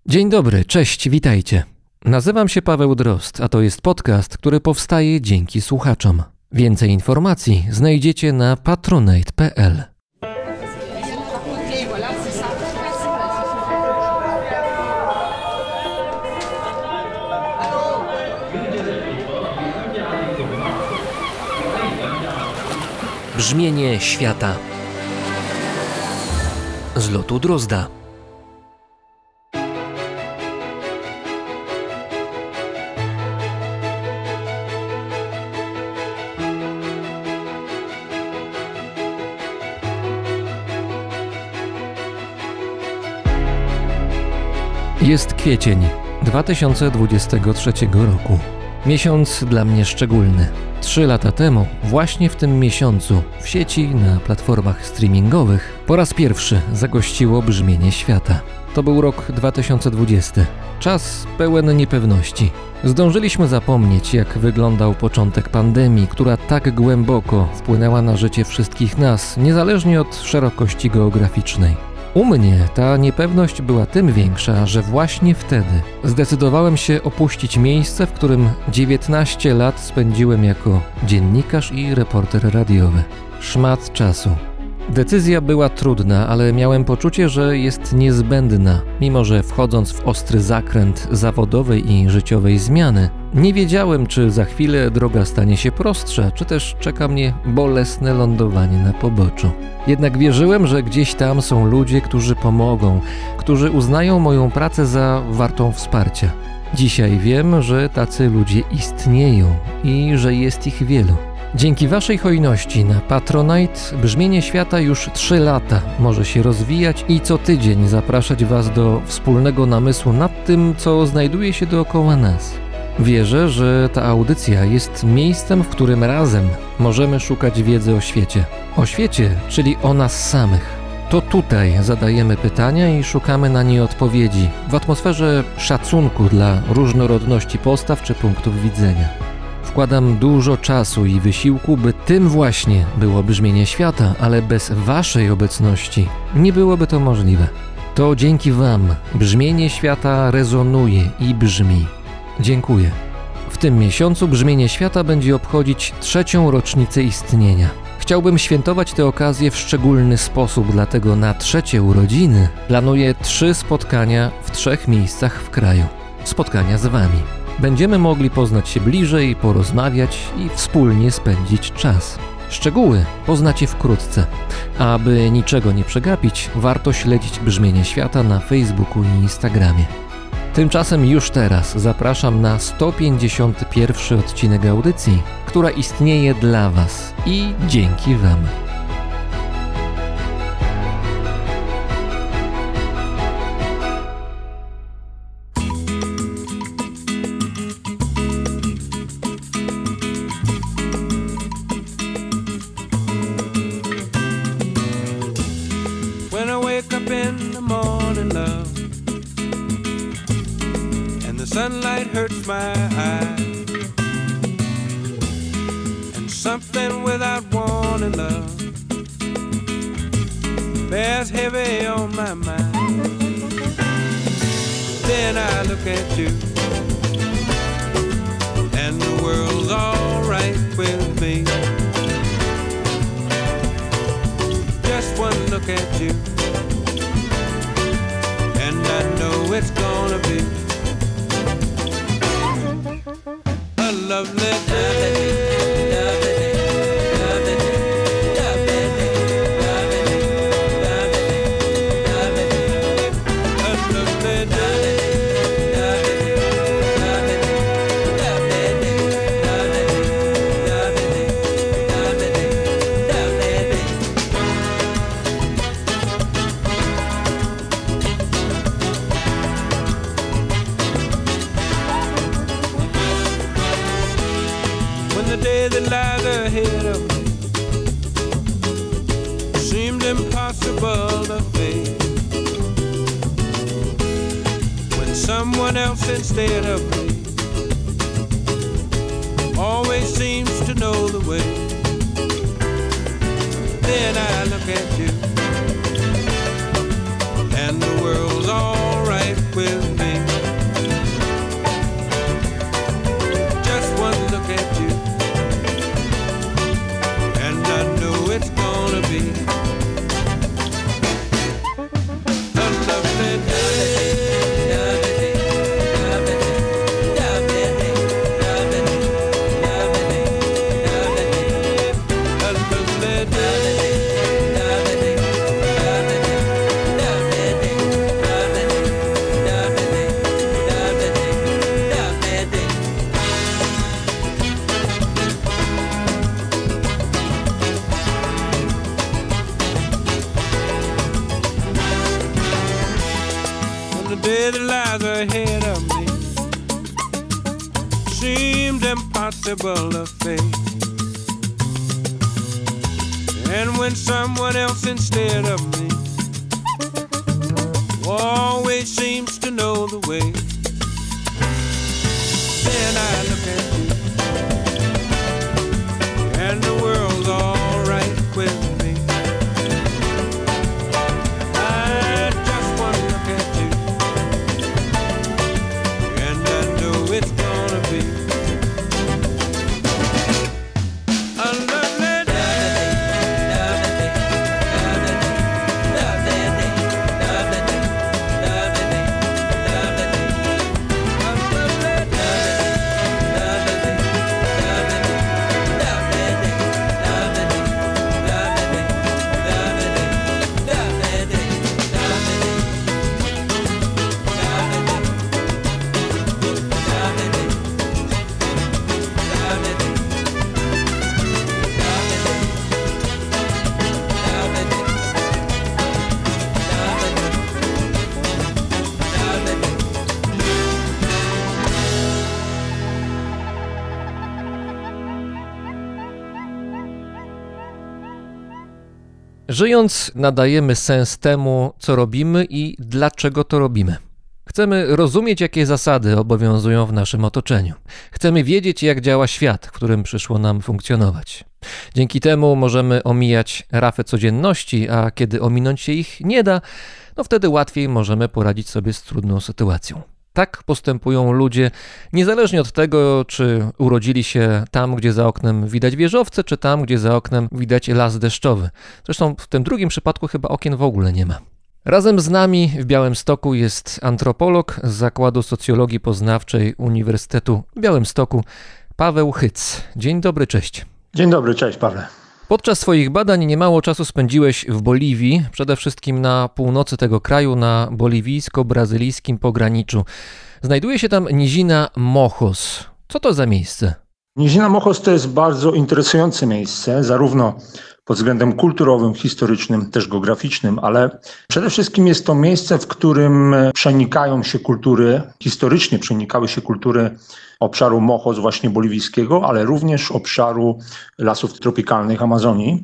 Dzień dobry, cześć, witajcie. Nazywam się Paweł Drozd, a to jest podcast, który powstaje dzięki słuchaczom. Więcej informacji znajdziecie na patronite.pl. Brzmienie świata z lotu Drozda. Jest kwiecień 2023 roku. Miesiąc dla mnie szczególny. 3 lata temu, właśnie w tym miesiącu, w sieci na platformach streamingowych po raz pierwszy zagościło Brzmienie świata. To był rok 2020. Czas pełen niepewności. Zdążyliśmy zapomnieć, jak wyglądał początek pandemii, która tak głęboko wpłynęła na życie wszystkich nas, niezależnie od szerokości geograficznej. U mnie ta niepewność była tym większa, że właśnie wtedy zdecydowałem się opuścić miejsce, w którym 19 lat spędziłem jako dziennikarz i reporter radiowy. Szmat czasu. Decyzja była trudna, ale miałem poczucie, że jest niezbędna, mimo że wchodząc w ostry zakręt zawodowej i życiowej zmiany, nie wiedziałem, czy za chwilę droga stanie się prostsza, czy też czeka mnie bolesne lądowanie na poboczu. Jednak wierzyłem, że gdzieś tam są ludzie, którzy pomogą, którzy uznają moją pracę za wartą wsparcia. Dzisiaj wiem, że tacy ludzie istnieją i że jest ich wielu. Dzięki waszej hojności na Patronite Brzmienie świata już 3 lata może się rozwijać i co tydzień zapraszać was do wspólnego namysłu nad tym, co znajduje się dookoła nas. Wierzę, że ta audycja jest miejscem, w którym razem możemy szukać wiedzy o świecie. O świecie, czyli o nas samych. To tutaj zadajemy pytania i szukamy na nie odpowiedzi w atmosferze szacunku dla różnorodności postaw czy punktów widzenia. Wkładam dużo czasu i wysiłku, by tym właśnie było Brzmienie świata, ale bez waszej obecności nie byłoby to możliwe. To dzięki wam Brzmienie świata rezonuje i brzmi. Dziękuję. W tym miesiącu Brzmienie świata będzie obchodzić 3. rocznicę istnienia. Chciałbym świętować tę okazję w szczególny sposób, dlatego na 3 urodziny planuję 3 spotkania w 3 miejscach w kraju. Spotkania z wami. Będziemy mogli poznać się bliżej, porozmawiać i wspólnie spędzić czas. Szczegóły poznacie wkrótce. A aby niczego nie przegapić, warto śledzić Brzmienie świata na Facebooku i Instagramie. Tymczasem już teraz zapraszam na 151 odcinek audycji, która istnieje dla was i dzięki wam. Sunlight hurts my eyes, and something without wanting love bears heavy on my mind. Then I look at you, and the world's all right with me. Just one look at you, and I know it's gonna be a lovely day. The day that lies ahead of me seemed impossible to face, when someone else instead of me always seems to know the way. Then I look at you, and the world's all right with me. lies ahead of me seemed impossible to face. And when someone else instead of me always seems to know the way, then I look at you and the world's all right with me. I just want to look at you and I know it's gonna be a lovely day. Żyjąc, nadajemy sens temu, co robimy i dlaczego to robimy. Chcemy rozumieć, jakie zasady obowiązują w naszym otoczeniu. Chcemy wiedzieć, jak działa świat, w którym przyszło nam funkcjonować. Dzięki temu możemy omijać rafę codzienności, a kiedy ominąć się ich nie da, no wtedy łatwiej możemy poradzić sobie z trudną sytuacją. Tak postępują ludzie, niezależnie od tego, czy urodzili się tam, gdzie za oknem widać wieżowce, czy tam, gdzie za oknem widać las deszczowy. Zresztą w tym drugim przypadku chyba okien w ogóle nie ma. Razem z nami w Białymstoku jest antropolog z Zakładu Socjologii Poznawczej Uniwersytetu w Białymstoku, Paweł Hyc. Dzień dobry, cześć. Dzień dobry, cześć Pawle. Podczas swoich badań niemało czasu spędziłeś w Boliwii, przede wszystkim na północy tego kraju, na boliwijsko-brazylijskim pograniczu. Znajduje się tam nizina Mojos. Co to za miejsce? Nizina Mojos to jest bardzo interesujące miejsce, zarówno pod względem kulturowym, historycznym, też geograficznym, ale przede wszystkim jest to miejsce, w którym przenikają się kultury, historycznie przenikały się kultury obszaru Mojos właśnie boliwijskiego, ale również obszaru lasów tropikalnych Amazonii.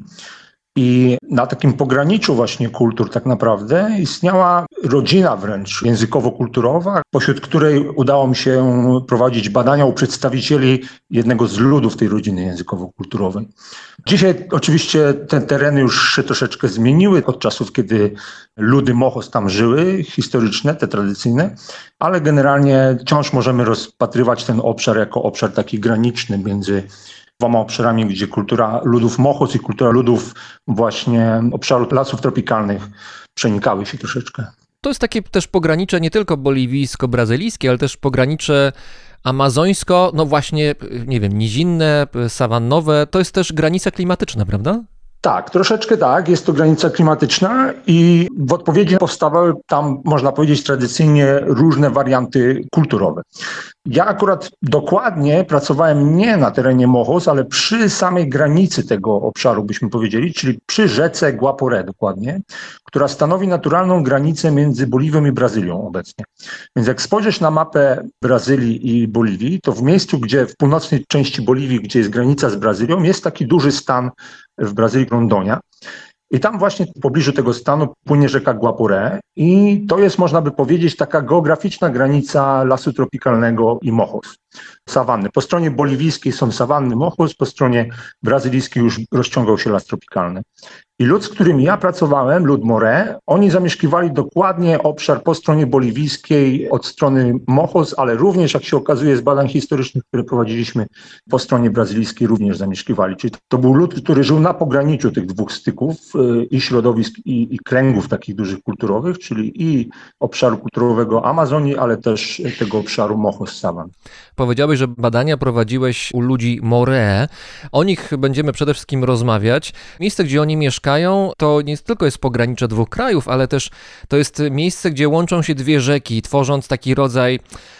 I na takim pograniczu właśnie kultur tak naprawdę istniała rodzina wręcz językowo-kulturowa, pośród której udało mi się prowadzić badania u przedstawicieli jednego z ludów tej rodziny językowo-kulturowej. Dzisiaj oczywiście te tereny już się troszeczkę zmieniły od czasów, kiedy ludy Mojos tam żyły, historyczne, te tradycyjne, ale generalnie wciąż możemy rozpatrywać ten obszar jako obszar taki graniczny między dwoma obszarami, gdzie kultura ludów Mojos i kultura ludów właśnie obszaru lasów tropikalnych przenikały się troszeczkę. To jest takie też pogranicze nie tylko boliwijsko-brazylijskie, ale też pogranicze amazońsko, no właśnie, nie wiem, nizinne, sawannowe. To jest też granica klimatyczna, prawda? Tak, troszeczkę tak, jest to granica klimatyczna i w odpowiedzi powstawały tam, można powiedzieć, tradycyjnie różne warianty kulturowe. Ja akurat dokładnie pracowałem nie na terenie Mojos, ale przy samej granicy tego obszaru, byśmy powiedzieli, czyli przy rzece Guaporé dokładnie, która stanowi naturalną granicę między Boliwią i Brazylią obecnie. Więc jak spojrzysz na mapę Brazylii i Boliwii, to w miejscu, gdzie w północnej części Boliwii, gdzie jest granica z Brazylią, jest taki duży stan w Brazylii, Rondonia. I tam właśnie w pobliżu tego stanu płynie rzeka Guaporé i to jest, można by powiedzieć, taka geograficzna granica lasu tropikalnego i Mojos, sawanny. Po stronie boliwijskiej są sawanny Mojos, po stronie brazylijskiej już rozciągał się las tropikalny. I lud, z którym ja pracowałem, lud Moré, oni zamieszkiwali dokładnie obszar po stronie boliwijskiej od strony Mojos, ale również, jak się okazuje z badań historycznych, które prowadziliśmy, po stronie brazylijskiej również zamieszkiwali. Czyli to był lud, który żył na pograniczu tych dwóch styków i środowisk i kręgów takich dużych kulturowych, czyli i obszaru kulturowego Amazonii, ale też tego obszaru Mojos sawan. Powiedziałeś, że badania prowadziłeś u ludzi Moré. O nich będziemy przede wszystkim rozmawiać. Miejsce, gdzie oni mieszkają, to nie tylko jest pogranicze dwóch krajów, ale też to jest miejsce, gdzie łączą się dwie rzeki, tworząc taki rodzaj,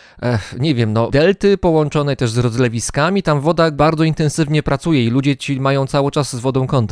nie wiem, delty połączonej też z rozlewiskami. Tam woda bardzo intensywnie pracuje i ludzie ci mają cały czas z wodą kontakt.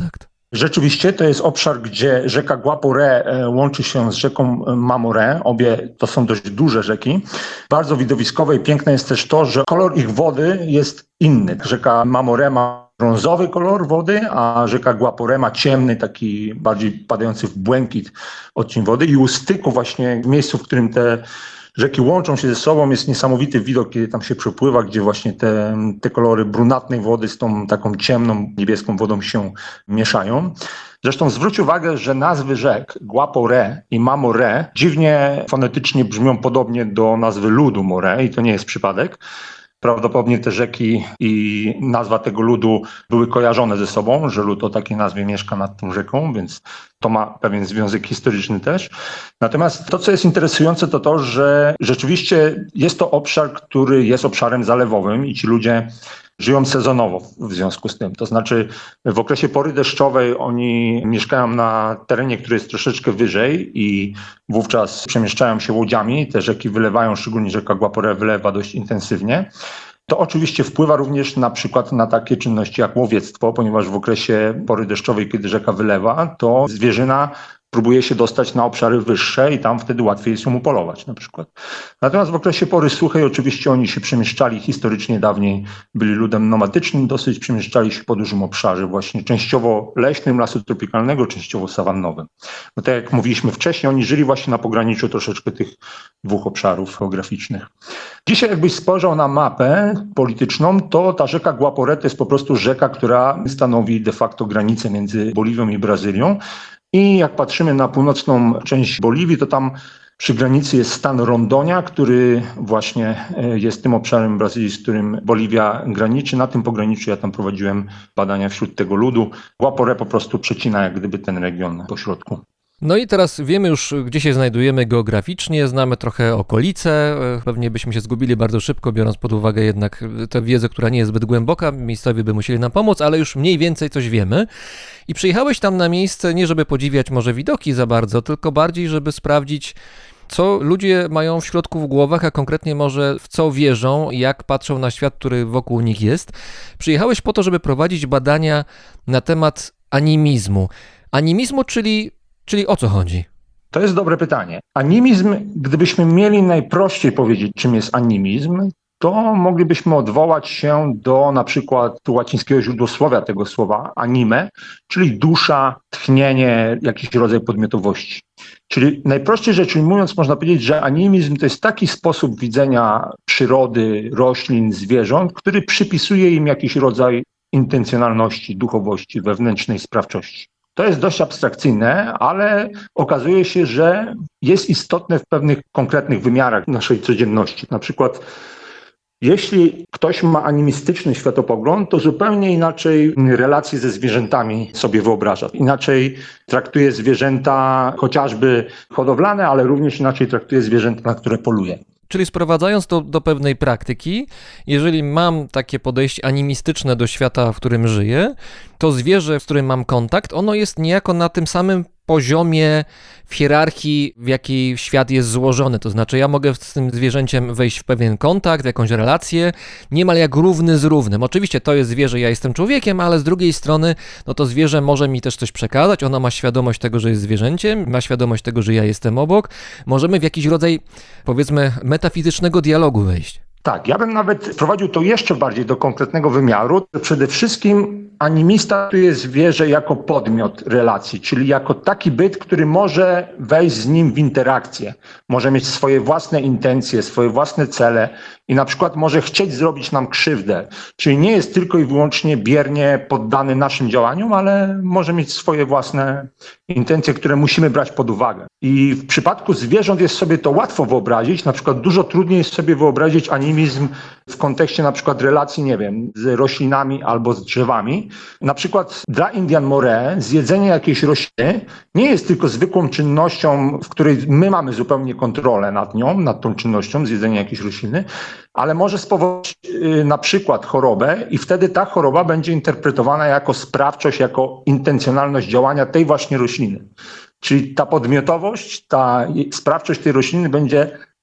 Rzeczywiście to jest obszar, gdzie rzeka Guaporé łączy się z rzeką Mamoré. Obie to są dość duże rzeki. Bardzo widowiskowe i piękne jest też to, że kolor ich wody jest inny. Rzeka Mamoré ma brązowy kolor wody, a rzeka Guaporé ma ciemny, taki bardziej padający w błękit odcień wody. I u styku właśnie w miejscu, w którym te rzeki łączą się ze sobą, jest niesamowity widok, kiedy tam się przepływa, gdzie właśnie te kolory brunatnej wody z tą taką ciemną, niebieską wodą się mieszają. Zresztą zwróć uwagę, że nazwy rzek Guaporé i Mamoré dziwnie fonetycznie brzmią podobnie do nazwy ludu Moré i to nie jest przypadek. Prawdopodobnie te rzeki i nazwa tego ludu były kojarzone ze sobą, że lud o takiej nazwie mieszka nad tą rzeką, więc to ma pewien związek historyczny też. Natomiast to, co jest interesujące, to to, że rzeczywiście jest to obszar, który jest obszarem zalewowym i ci ludzie żyją sezonowo w związku z tym. To znaczy w okresie pory deszczowej oni mieszkają na terenie, który jest troszeczkę wyżej i wówczas przemieszczają się łodziami. Te rzeki wylewają, szczególnie rzeka Guaporé wylewa dość intensywnie. To oczywiście wpływa również na przykład na takie czynności jak łowiectwo, ponieważ w okresie pory deszczowej, kiedy rzeka wylewa, to zwierzyna próbuje się dostać na obszary wyższe i tam wtedy łatwiej jest ją upolować na przykład. Natomiast w okresie pory suchej oczywiście oni się przemieszczali historycznie dawniej, byli ludem nomadycznym dosyć, przemieszczali się po dużym obszarze właśnie częściowo leśnym, lasu tropikalnego, częściowo sawannowym. No tak jak mówiliśmy wcześniej, oni żyli właśnie na pograniczu troszeczkę tych dwóch obszarów geograficznych. Dzisiaj jakbyś spojrzał na mapę polityczną, to ta rzeka Guaporé to jest po prostu rzeka, która stanowi de facto granicę między Boliwią i Brazylią. I jak patrzymy na północną część Boliwii, to tam przy granicy jest stan Rondonia, który właśnie jest tym obszarem Brazylii, z którym Boliwia graniczy. Na tym pograniczu ja tam prowadziłem badania wśród tego ludu. Guaporé po prostu przecina jak gdyby ten region po środku. No i teraz wiemy już, gdzie się znajdujemy geograficznie, znamy trochę okolice, pewnie byśmy się zgubili bardzo szybko, biorąc pod uwagę jednak tę wiedzę, która nie jest zbyt głęboka, miejscowi by musieli nam pomóc, ale już mniej więcej coś wiemy. I przyjechałeś tam na miejsce nie żeby podziwiać może widoki za bardzo, tylko bardziej, żeby sprawdzić, co ludzie mają w środku w głowach, a konkretnie może w co wierzą, jak patrzą na świat, który wokół nich jest. Przyjechałeś po to, żeby prowadzić badania na temat animizmu. Animizmu, czyli o co chodzi? To jest dobre pytanie. Animizm, gdybyśmy mieli najprościej powiedzieć, czym jest animizm, to moglibyśmy odwołać się do na przykład łacińskiego źródłosłowia tego słowa anime, czyli dusza, tchnienie, jakiś rodzaj podmiotowości. Czyli najprościej rzecz ujmując, można powiedzieć, że animizm to jest taki sposób widzenia przyrody, roślin, zwierząt, który przypisuje im jakiś rodzaj intencjonalności, duchowości, wewnętrznej sprawczości. To jest dość abstrakcyjne, ale okazuje się, że jest istotne w pewnych konkretnych wymiarach naszej codzienności. Na przykład jeśli ktoś ma animistyczny światopogląd, to zupełnie inaczej relacje ze zwierzętami sobie wyobraża. Inaczej traktuje zwierzęta chociażby hodowlane, ale również inaczej traktuje zwierzęta, na które poluje. Czyli sprowadzając to do pewnej praktyki, jeżeli mam takie podejście animistyczne do świata, w którym żyję, to zwierzę, z którym mam kontakt, ono jest niejako na tym samym poziomie w hierarchii, w jakiej świat jest złożony. To znaczy ja mogę z tym zwierzęciem wejść w pewien kontakt, w jakąś relację, niemal jak równy z równym. Oczywiście to jest zwierzę, ja jestem człowiekiem, ale z drugiej strony no to zwierzę może mi też coś przekazać, ono ma świadomość tego, że jest zwierzęciem, ma świadomość tego, że ja jestem obok. Możemy w jakiś rodzaj, powiedzmy, metafizycznego dialogu wejść. Tak, ja bym nawet prowadził to jeszcze bardziej do konkretnego wymiaru. Przede wszystkim animista traktuje zwierzę jako podmiot relacji, czyli jako taki byt, który może wejść z nim w interakcję, może mieć swoje własne intencje, swoje własne cele i na przykład może chcieć zrobić nam krzywdę. Czyli nie jest tylko i wyłącznie biernie poddany naszym działaniom, ale może mieć swoje własne intencje, które musimy brać pod uwagę. I w przypadku zwierząt jest sobie to łatwo wyobrazić, na przykład dużo trudniej jest sobie wyobrazić animizm w kontekście na przykład relacji, nie wiem, z roślinami albo z drzewami. Na przykład dla Indian Moré zjedzenie jakiejś rośliny nie jest tylko zwykłą czynnością, w której my mamy zupełnie kontrolę nad nią, nad tą czynnością zjedzenia jakiejś rośliny, ale może spowodować na przykład chorobę i wtedy ta choroba będzie interpretowana jako sprawczość, jako intencjonalność działania tej właśnie rośliny. Czyli ta podmiotowość, ta sprawczość tej rośliny będzie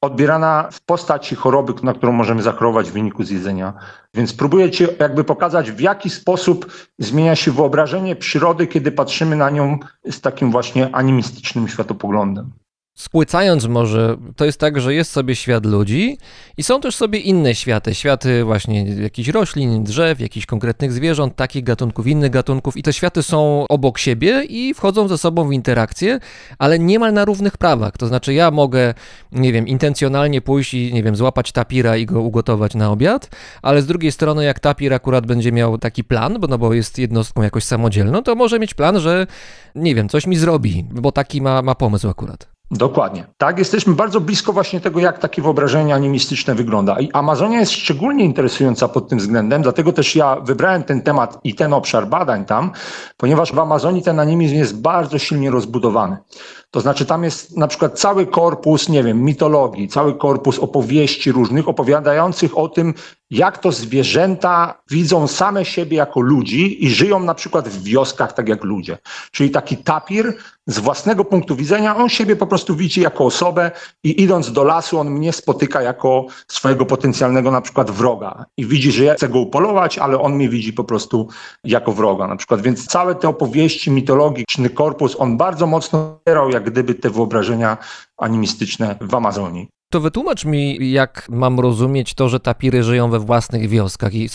odbierana w postaci choroby, na którą możemy zachorować w wyniku zjedzenia. Więc próbuję ci jakby pokazać, w jaki sposób zmienia się wyobrażenie przyrody, kiedy patrzymy na nią z takim właśnie animistycznym światopoglądem. Spłycając może, to jest tak, że jest sobie świat ludzi i są też sobie inne światy. Światy właśnie jakichś roślin, drzew, jakichś konkretnych zwierząt, takich gatunków, innych gatunków i te światy są obok siebie i wchodzą ze sobą w interakcję, ale niemal na równych prawach. To znaczy ja mogę, nie wiem, intencjonalnie pójść i, nie wiem, złapać tapira i go ugotować na obiad, ale z drugiej strony jak tapir akurat będzie miał taki plan, bo jest jednostką jakoś samodzielną, to może mieć plan, że, nie wiem, coś mi zrobi, bo taki ma pomysł akurat. Dokładnie. Tak, jesteśmy bardzo blisko właśnie tego, jak takie wyobrażenie animistyczne wygląda. I Amazonia jest szczególnie interesująca pod tym względem, dlatego też ja wybrałem ten temat i ten obszar badań tam, ponieważ w Amazonii ten animizm jest bardzo silnie rozbudowany. To znaczy tam jest na przykład cały korpus, nie wiem, mitologii, cały korpus opowieści różnych opowiadających o tym, jak to zwierzęta widzą same siebie jako ludzi i żyją na przykład w wioskach tak jak ludzie. Czyli taki tapir z własnego punktu widzenia, on siebie po prostu widzi jako osobę i idąc do lasu, on mnie spotyka jako swojego potencjalnego na przykład wroga. I widzi, że ja chcę go upolować, ale on mnie widzi po prostu jako wroga na przykład. Więc całe te opowieści, mitologiczny korpus, on bardzo mocno wspierał jak gdyby te wyobrażenia animistyczne w Amazonii. To wytłumacz mi, jak mam rozumieć to, że tapiry żyją we własnych wioskach i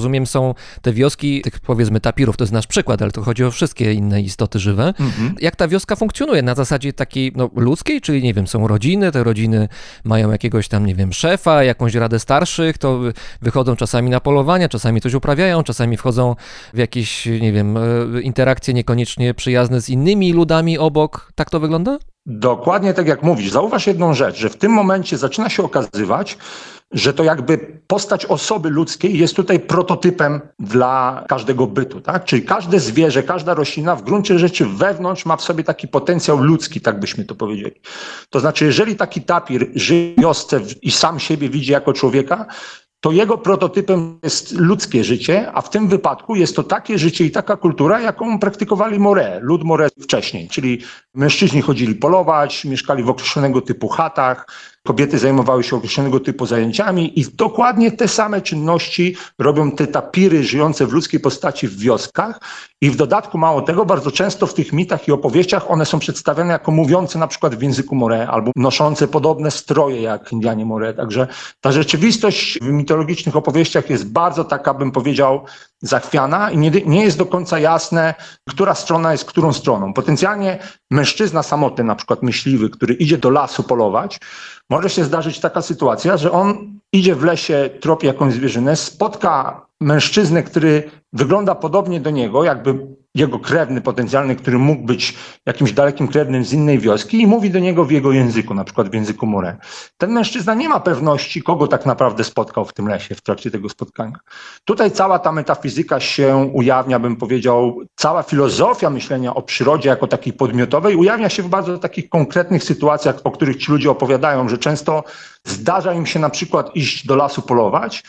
są te wioski tych, powiedzmy, tapirów, to jest nasz przykład, ale to chodzi o wszystkie inne istoty żywe. Jak ta wioska funkcjonuje? Na zasadzie takiej ludzkiej, czyli nie wiem, są rodziny, te rodziny mają jakiegoś tam, nie wiem, szefa, jakąś radę starszych, to wychodzą czasami na polowania, czasami coś uprawiają, czasami wchodzą w jakieś, nie wiem, interakcje niekoniecznie przyjazne z innymi ludami obok. Tak to wygląda? Dokładnie tak jak mówisz. Zauważ jedną rzecz, że w tym momencie zaczyna się okazywać, że to jakby postać osoby ludzkiej jest tutaj prototypem dla każdego bytu, tak? Czyli każde zwierzę, każda roślina w gruncie rzeczy wewnątrz ma w sobie taki potencjał ludzki, tak byśmy to powiedzieli. To znaczy, jeżeli taki tapir żyje w wiosce i sam siebie widzi jako człowieka, to jego prototypem jest ludzkie życie, a w tym wypadku jest to takie życie i taka kultura, jaką praktykowali More, lud More wcześniej. Czyli mężczyźni chodzili polować, mieszkali w określonego typu chatach, kobiety zajmowały się określonego typu zajęciami i dokładnie te same czynności robią te tapiry żyjące w ludzkiej postaci w wioskach. I w dodatku mało tego, bardzo często w tych mitach i opowieściach one są przedstawiane jako mówiące na przykład w języku More albo noszące podobne stroje jak Indianie More. Także ta rzeczywistość w mitologicznych opowieściach jest bardzo taka, bym powiedział, zachwiana i nie jest do końca jasne, która strona jest którą stroną. Potencjalnie mężczyzna samotny, na przykład myśliwy, który idzie do lasu polować, może się zdarzyć taka sytuacja, że on idzie w lesie, tropi jakąś zwierzynę, spotka mężczyznę, który wygląda podobnie do niego, jakby jego krewny potencjalny, który mógł być jakimś dalekim krewnym z innej wioski i mówi do niego w jego języku, na przykład w języku More. Ten mężczyzna nie ma pewności, kogo tak naprawdę spotkał w tym lesie w trakcie tego spotkania. Tutaj cała ta metafizyka się ujawnia, bym powiedział, cała filozofia myślenia o przyrodzie jako takiej podmiotowej ujawnia się w bardzo takich konkretnych sytuacjach, o których ci ludzie opowiadają, że często zdarza im się na przykład iść do lasu polować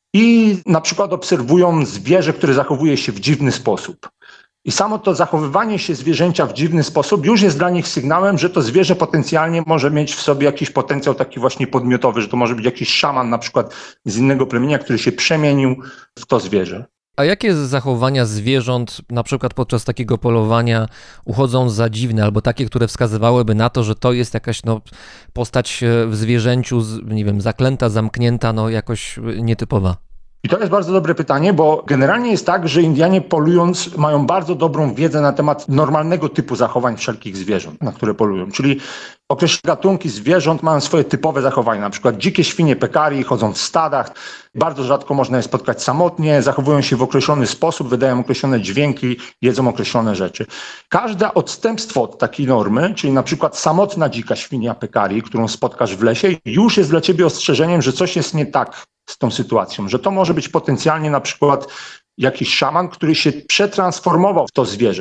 i na przykład obserwują zwierzę, które zachowuje się w dziwny sposób. I samo to zachowywanie się zwierzęcia w dziwny sposób już jest dla nich sygnałem, że to zwierzę potencjalnie może mieć w sobie jakiś potencjał taki właśnie podmiotowy, że to może być jakiś szaman na przykład z innego plemienia, który się przemienił w to zwierzę. A jakie zachowania zwierząt, na przykład podczas takiego polowania, uchodzą za dziwne, albo takie, które wskazywałyby na to, że to jest jakaś postać w zwierzęciu, nie wiem, zaklęta, zamknięta, jakoś nietypowa? I to jest bardzo dobre pytanie, bo generalnie jest tak, że Indianie polując mają bardzo dobrą wiedzę na temat normalnego typu zachowań wszelkich zwierząt, na które polują. Czyli określone gatunki zwierząt mają swoje typowe zachowania, na przykład dzikie świnie pekari chodzą w stadach, bardzo rzadko można je spotkać samotnie, zachowują się w określony sposób, wydają określone dźwięki, jedzą określone rzeczy. Każde odstępstwo od takiej normy, czyli na przykład samotna dzika świnia pekari, którą spotkasz w lesie, już jest dla ciebie ostrzeżeniem, że coś jest nie tak z tą sytuacją, że to może być potencjalnie na przykład jakiś szaman, który się przetransformował w to zwierzę.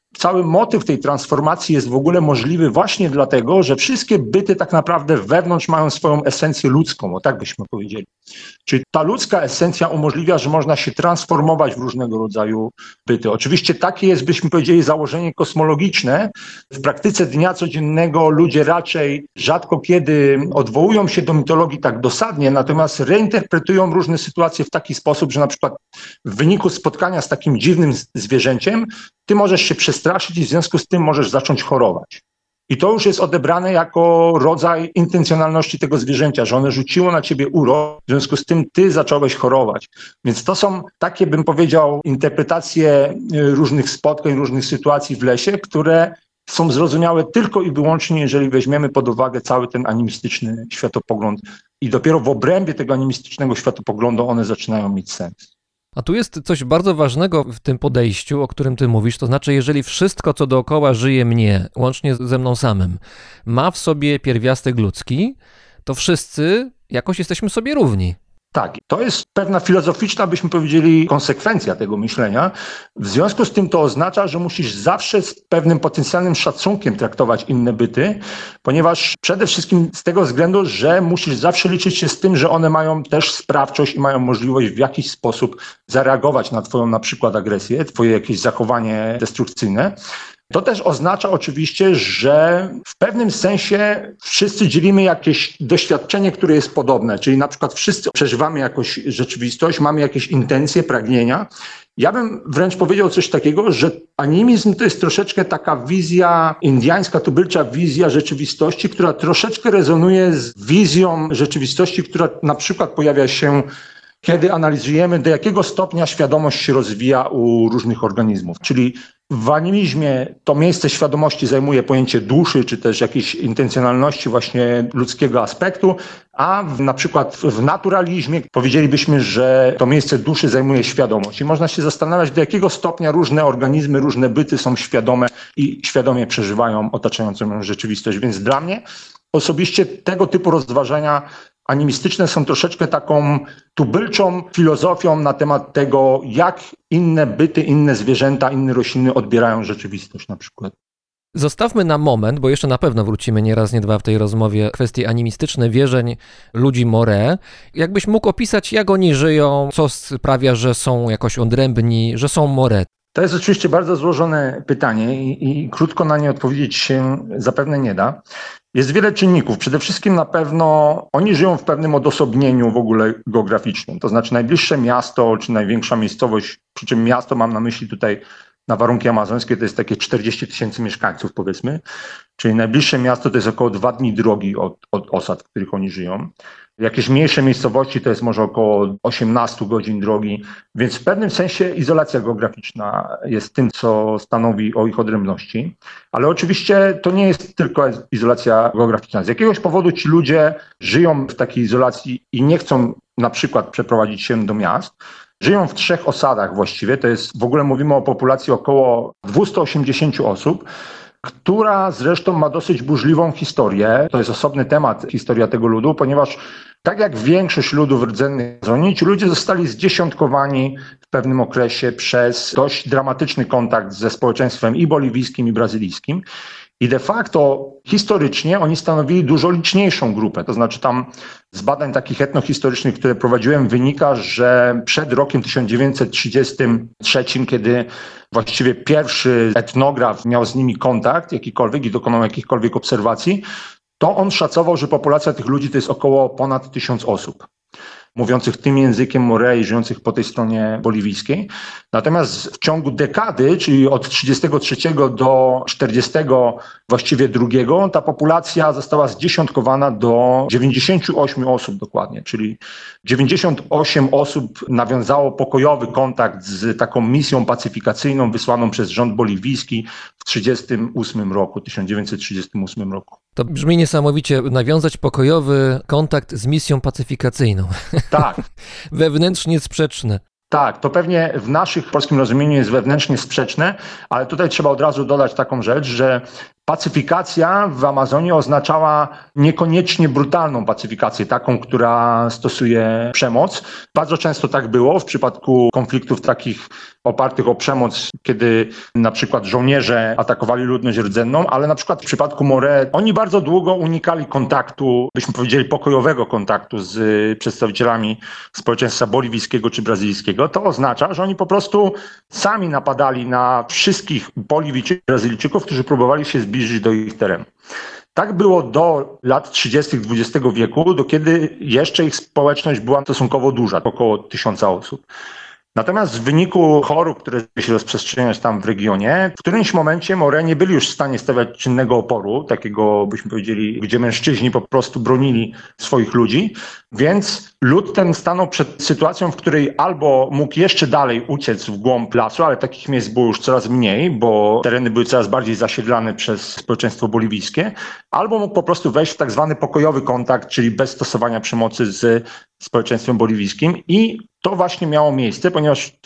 cały motyw tej transformacji jest w ogóle możliwy właśnie dlatego, że wszystkie byty tak naprawdę wewnątrz mają swoją esencję ludzką, o tak byśmy powiedzieli. Czyli ta ludzka esencja umożliwia, że można się transformować w różnego rodzaju byty. Oczywiście takie jest, byśmy powiedzieli, założenie kosmologiczne. W praktyce dnia codziennego ludzie raczej rzadko kiedy odwołują się do mitologii tak dosadnie, natomiast reinterpretują różne sytuacje w taki sposób, że na przykład w wyniku spotkania z takim dziwnym zwierzęciem ty możesz się przestraszyć i w związku z tym możesz zacząć chorować. I to już jest odebrane jako rodzaj intencjonalności tego zwierzęcia, że one rzuciło na ciebie urok, w związku z tym ty zacząłeś chorować. Więc to są takie, bym powiedział, interpretacje różnych spotkań, różnych sytuacji w lesie, które są zrozumiałe tylko i wyłącznie, jeżeli weźmiemy pod uwagę cały ten animistyczny światopogląd. I dopiero w obrębie tego animistycznego światopoglądu one zaczynają mieć sens. A tu jest coś bardzo ważnego w tym podejściu, o którym ty mówisz, to znaczy jeżeli wszystko, co dookoła żyje mnie, łącznie ze mną samym, ma w sobie pierwiastek ludzki, to wszyscy jakoś jesteśmy sobie równi. Tak, to jest pewna filozoficzna, byśmy powiedzieli, konsekwencja tego myślenia. W związku z tym to oznacza, że musisz zawsze z pewnym potencjalnym szacunkiem traktować inne byty, ponieważ przede wszystkim z tego względu, że musisz zawsze liczyć się z tym, że one mają też sprawczość i mają możliwość w jakiś sposób zareagować na twoją na przykład agresję, twoje jakieś zachowanie destrukcyjne. To też oznacza oczywiście, że w pewnym sensie wszyscy dzielimy jakieś doświadczenie, które jest podobne, czyli na przykład wszyscy przeżywamy jakąś rzeczywistość, mamy jakieś intencje, pragnienia. Ja bym wręcz powiedział coś takiego, że animizm to jest troszeczkę taka wizja indiańska, tubylcza wizja rzeczywistości, która troszeczkę rezonuje z wizją rzeczywistości, która na przykład pojawia się, kiedy analizujemy, do jakiego stopnia świadomość się rozwija u różnych organizmów. Czyli w animizmie to miejsce świadomości zajmuje pojęcie duszy, czy też jakiejś intencjonalności właśnie ludzkiego aspektu, a na przykład w naturalizmie powiedzielibyśmy, że to miejsce duszy zajmuje świadomość. I można się zastanawiać, do jakiego stopnia różne organizmy, różne byty są świadome i świadomie przeżywają otaczającą rzeczywistość. Więc dla mnie osobiście tego typu rozważania animistyczne są troszeczkę taką tubylczą filozofią na temat tego, jak inne byty, inne zwierzęta, inne rośliny odbierają rzeczywistość na przykład. Zostawmy na moment, bo jeszcze na pewno wrócimy nie raz, nie dwa w tej rozmowie, kwestie animistyczne wierzeń ludzi Moré. Jakbyś mógł opisać, jak oni żyją, co sprawia, że są jakoś odrębni, że są Moré? To jest oczywiście bardzo złożone pytanie i krótko na nie odpowiedzieć się zapewne nie da. Jest wiele czynników. Przede wszystkim na pewno oni żyją w pewnym odosobnieniu w ogóle geograficznym. To znaczy najbliższe miasto czy największa miejscowość, przy czym miasto mam na myśli tutaj na warunki amazońskie, to jest takie 40 000 mieszkańców powiedzmy. Czyli najbliższe miasto to jest około 2 dni drogi od osad, w których oni żyją. Jakieś mniejsze miejscowości to jest może około 18 godzin drogi, więc w pewnym sensie izolacja geograficzna jest tym, co stanowi o ich odrębności. Ale oczywiście to nie jest tylko izolacja geograficzna. Z jakiegoś powodu ci ludzie żyją w takiej izolacji i nie chcą na przykład przeprowadzić się do miast. Żyją w 3 osadach właściwie, to jest w ogóle mówimy o populacji około 280 osób, która zresztą ma dosyć burzliwą historię. To jest osobny temat, historia tego ludu, ponieważ tak jak większość ludów rdzennych Amazonii, ci ludzie zostali zdziesiątkowani w pewnym okresie przez dość dramatyczny kontakt ze społeczeństwem i boliwijskim, i brazylijskim. I de facto historycznie oni stanowili dużo liczniejszą grupę. To znaczy tam z badań takich etnohistorycznych, które prowadziłem, wynika, że przed rokiem 1933, kiedy właściwie pierwszy etnograf miał z nimi kontakt jakikolwiek i dokonał jakichkolwiek obserwacji, to on szacował, że populacja tych ludzi to jest około ponad 1000 osób mówiących tym językiem Moré i żyjących po tej stronie boliwijskiej. Natomiast w ciągu dekady, czyli od 33 do 40 właściwie drugiego, ta populacja została zdziesiątkowana do 98 osób dokładnie, czyli 98 osób nawiązało pokojowy kontakt z taką misją pacyfikacyjną wysłaną przez rząd boliwijski w 1938 roku. To brzmi niesamowicie, nawiązać pokojowy kontakt z misją pacyfikacyjną. Tak. Wewnętrznie sprzeczne. Tak, to pewnie w naszych polskim rozumieniu jest wewnętrznie sprzeczne, ale tutaj trzeba od razu dodać taką rzecz, że pacyfikacja w Amazonii oznaczała niekoniecznie brutalną pacyfikację, taką, która stosuje przemoc. Bardzo często tak było w przypadku konfliktów takich opartych o przemoc, kiedy na przykład żołnierze atakowali ludność rdzenną, ale na przykład w przypadku More oni bardzo długo unikali kontaktu, byśmy powiedzieli pokojowego kontaktu z przedstawicielami społeczeństwa boliwijskiego czy brazylijskiego. To oznacza, że oni po prostu sami napadali na wszystkich Boliwijczyków i Brazylijczyków, którzy próbowali się zbliżyć do ich terenu. Tak było do lat 30. XX wieku, do kiedy jeszcze ich społeczność była stosunkowo duża, około 1000 osób. Natomiast w wyniku chorób, które się rozprzestrzeniać tam w regionie, w którymś momencie More nie byli już w stanie stawiać czynnego oporu, takiego byśmy powiedzieli, gdzie mężczyźni po prostu bronili swoich ludzi, więc lud ten stanął przed sytuacją, w której albo mógł jeszcze dalej uciec w głąb lasu, ale takich miejsc było już coraz mniej, bo tereny były coraz bardziej zasiedlane przez społeczeństwo boliwijskie, albo mógł po prostu wejść w tak zwany pokojowy kontakt, czyli bez stosowania przemocy z społeczeństwem boliwijskim i to właśnie miało miejsce, ponieważ w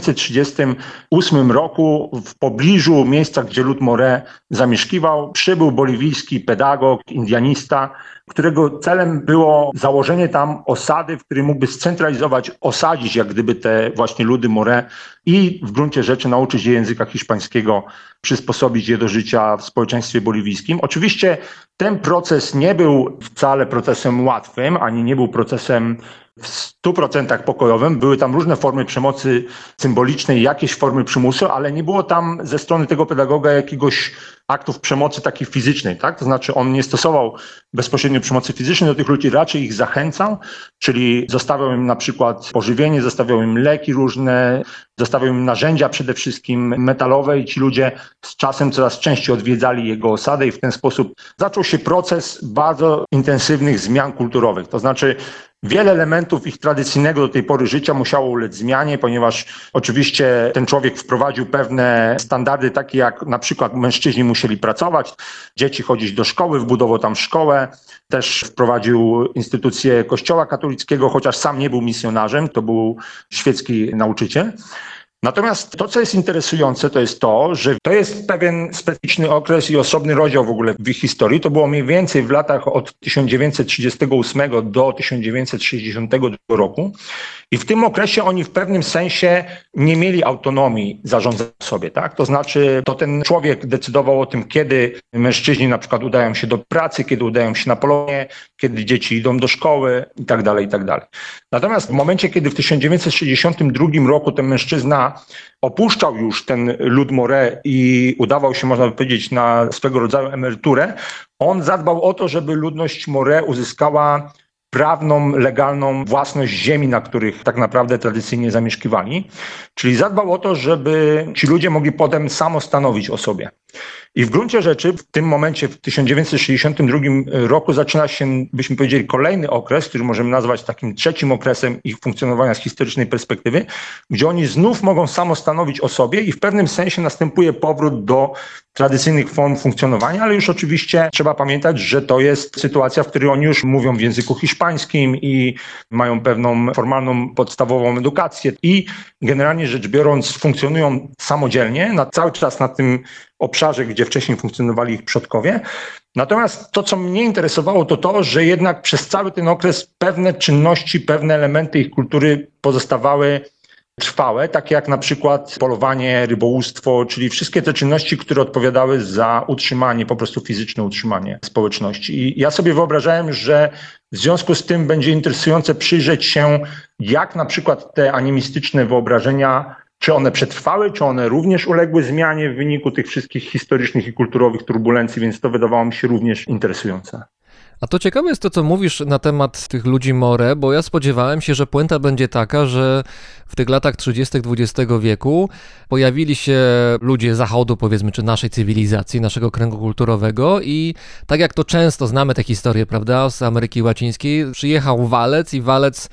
1938 roku w pobliżu miejsca, gdzie lud More zamieszkiwał, przybył boliwijski pedagog, indianista, którego celem było założenie tam osady, w której mógłby scentralizować, osadzić jak gdyby te właśnie ludy More i w gruncie rzeczy nauczyć je języka hiszpańskiego, przysposobić je do życia w społeczeństwie boliwijskim. Oczywiście ten proces nie był wcale procesem łatwym, ani nie był procesem w 100% pokojowym. Były tam różne formy przemocy symbolicznej, jakieś formy przymusu, ale nie było tam ze strony tego pedagoga jakiegoś aktów przemocy takiej fizycznej, tak? To znaczy on nie stosował bezpośrednio przemocy fizycznej do tych ludzi, raczej ich zachęcał, czyli zostawiał im na przykład pożywienie, zostawiał im leki różne, zostawiał im narzędzia przede wszystkim metalowe i ci ludzie z czasem coraz częściej odwiedzali jego osadę i w ten sposób zaczął się proces bardzo intensywnych zmian kulturowych. To znaczy wiele elementów ich tradycyjnego do tej pory życia musiało ulec zmianie, ponieważ oczywiście ten człowiek wprowadził pewne standardy takie jak na przykład mężczyźni musieli pracować, dzieci chodzić do szkoły, wbudował tam szkołę, też wprowadził instytucję kościoła katolickiego, chociaż sam nie był misjonarzem, to był świecki nauczyciel. Natomiast to, co jest interesujące, to jest to, że to jest pewien specyficzny okres i osobny rozdział w ogóle w ich historii. To było mniej więcej w latach od 1938 do 1962 roku. I w tym okresie oni w pewnym sensie nie mieli autonomii zarządzania sobie, tak? To znaczy, to ten człowiek decydował o tym, kiedy mężczyźni na przykład udają się do pracy, kiedy udają się na polowanie, kiedy dzieci idą do szkoły i tak dalej, i tak dalej. Natomiast w momencie, kiedy w 1962 roku ten mężczyzna opuszczał już ten lud More i udawał się, można by powiedzieć, na swego rodzaju emeryturę, on zadbał o to, żeby ludność More uzyskała prawną, legalną własność ziemi, na których tak naprawdę tradycyjnie zamieszkiwali. Czyli zadbał o to, żeby ci ludzie mogli potem samostanowić o sobie. I w gruncie rzeczy w tym momencie, w 1962 roku zaczyna się, byśmy powiedzieli, kolejny okres, który możemy nazwać takim trzecim okresem ich funkcjonowania z historycznej perspektywy, gdzie oni znów mogą samostanowić o sobie i w pewnym sensie następuje powrót do tradycyjnych form funkcjonowania, ale już oczywiście trzeba pamiętać, że to jest sytuacja, w której oni już mówią w języku hiszpańskim i mają pewną formalną, podstawową edukację i generalnie rzecz biorąc funkcjonują samodzielnie, cały czas na tym obszarze, gdzie wcześniej funkcjonowali ich przodkowie. Natomiast to, co mnie interesowało, to to, że jednak przez cały ten okres pewne czynności, pewne elementy ich kultury pozostawały trwałe, takie jak na przykład polowanie, rybołówstwo, czyli wszystkie te czynności, które odpowiadały za utrzymanie, po prostu fizyczne utrzymanie społeczności. I ja sobie wyobrażałem, że w związku z tym będzie interesujące przyjrzeć się, jak na przykład te animistyczne wyobrażenia, czy one przetrwały, czy one również uległy zmianie w wyniku tych wszystkich historycznych i kulturowych turbulencji, więc to wydawało mi się również interesujące. A to ciekawe jest to, co mówisz na temat tych ludzi More, bo ja spodziewałem się, że puenta będzie taka, że w tych latach 30. XX wieku pojawili się ludzie zachodu, powiedzmy, czy naszej cywilizacji, naszego kręgu kulturowego i tak jak to często znamy tę historię, prawda, z Ameryki Łacińskiej, przyjechał walec i walec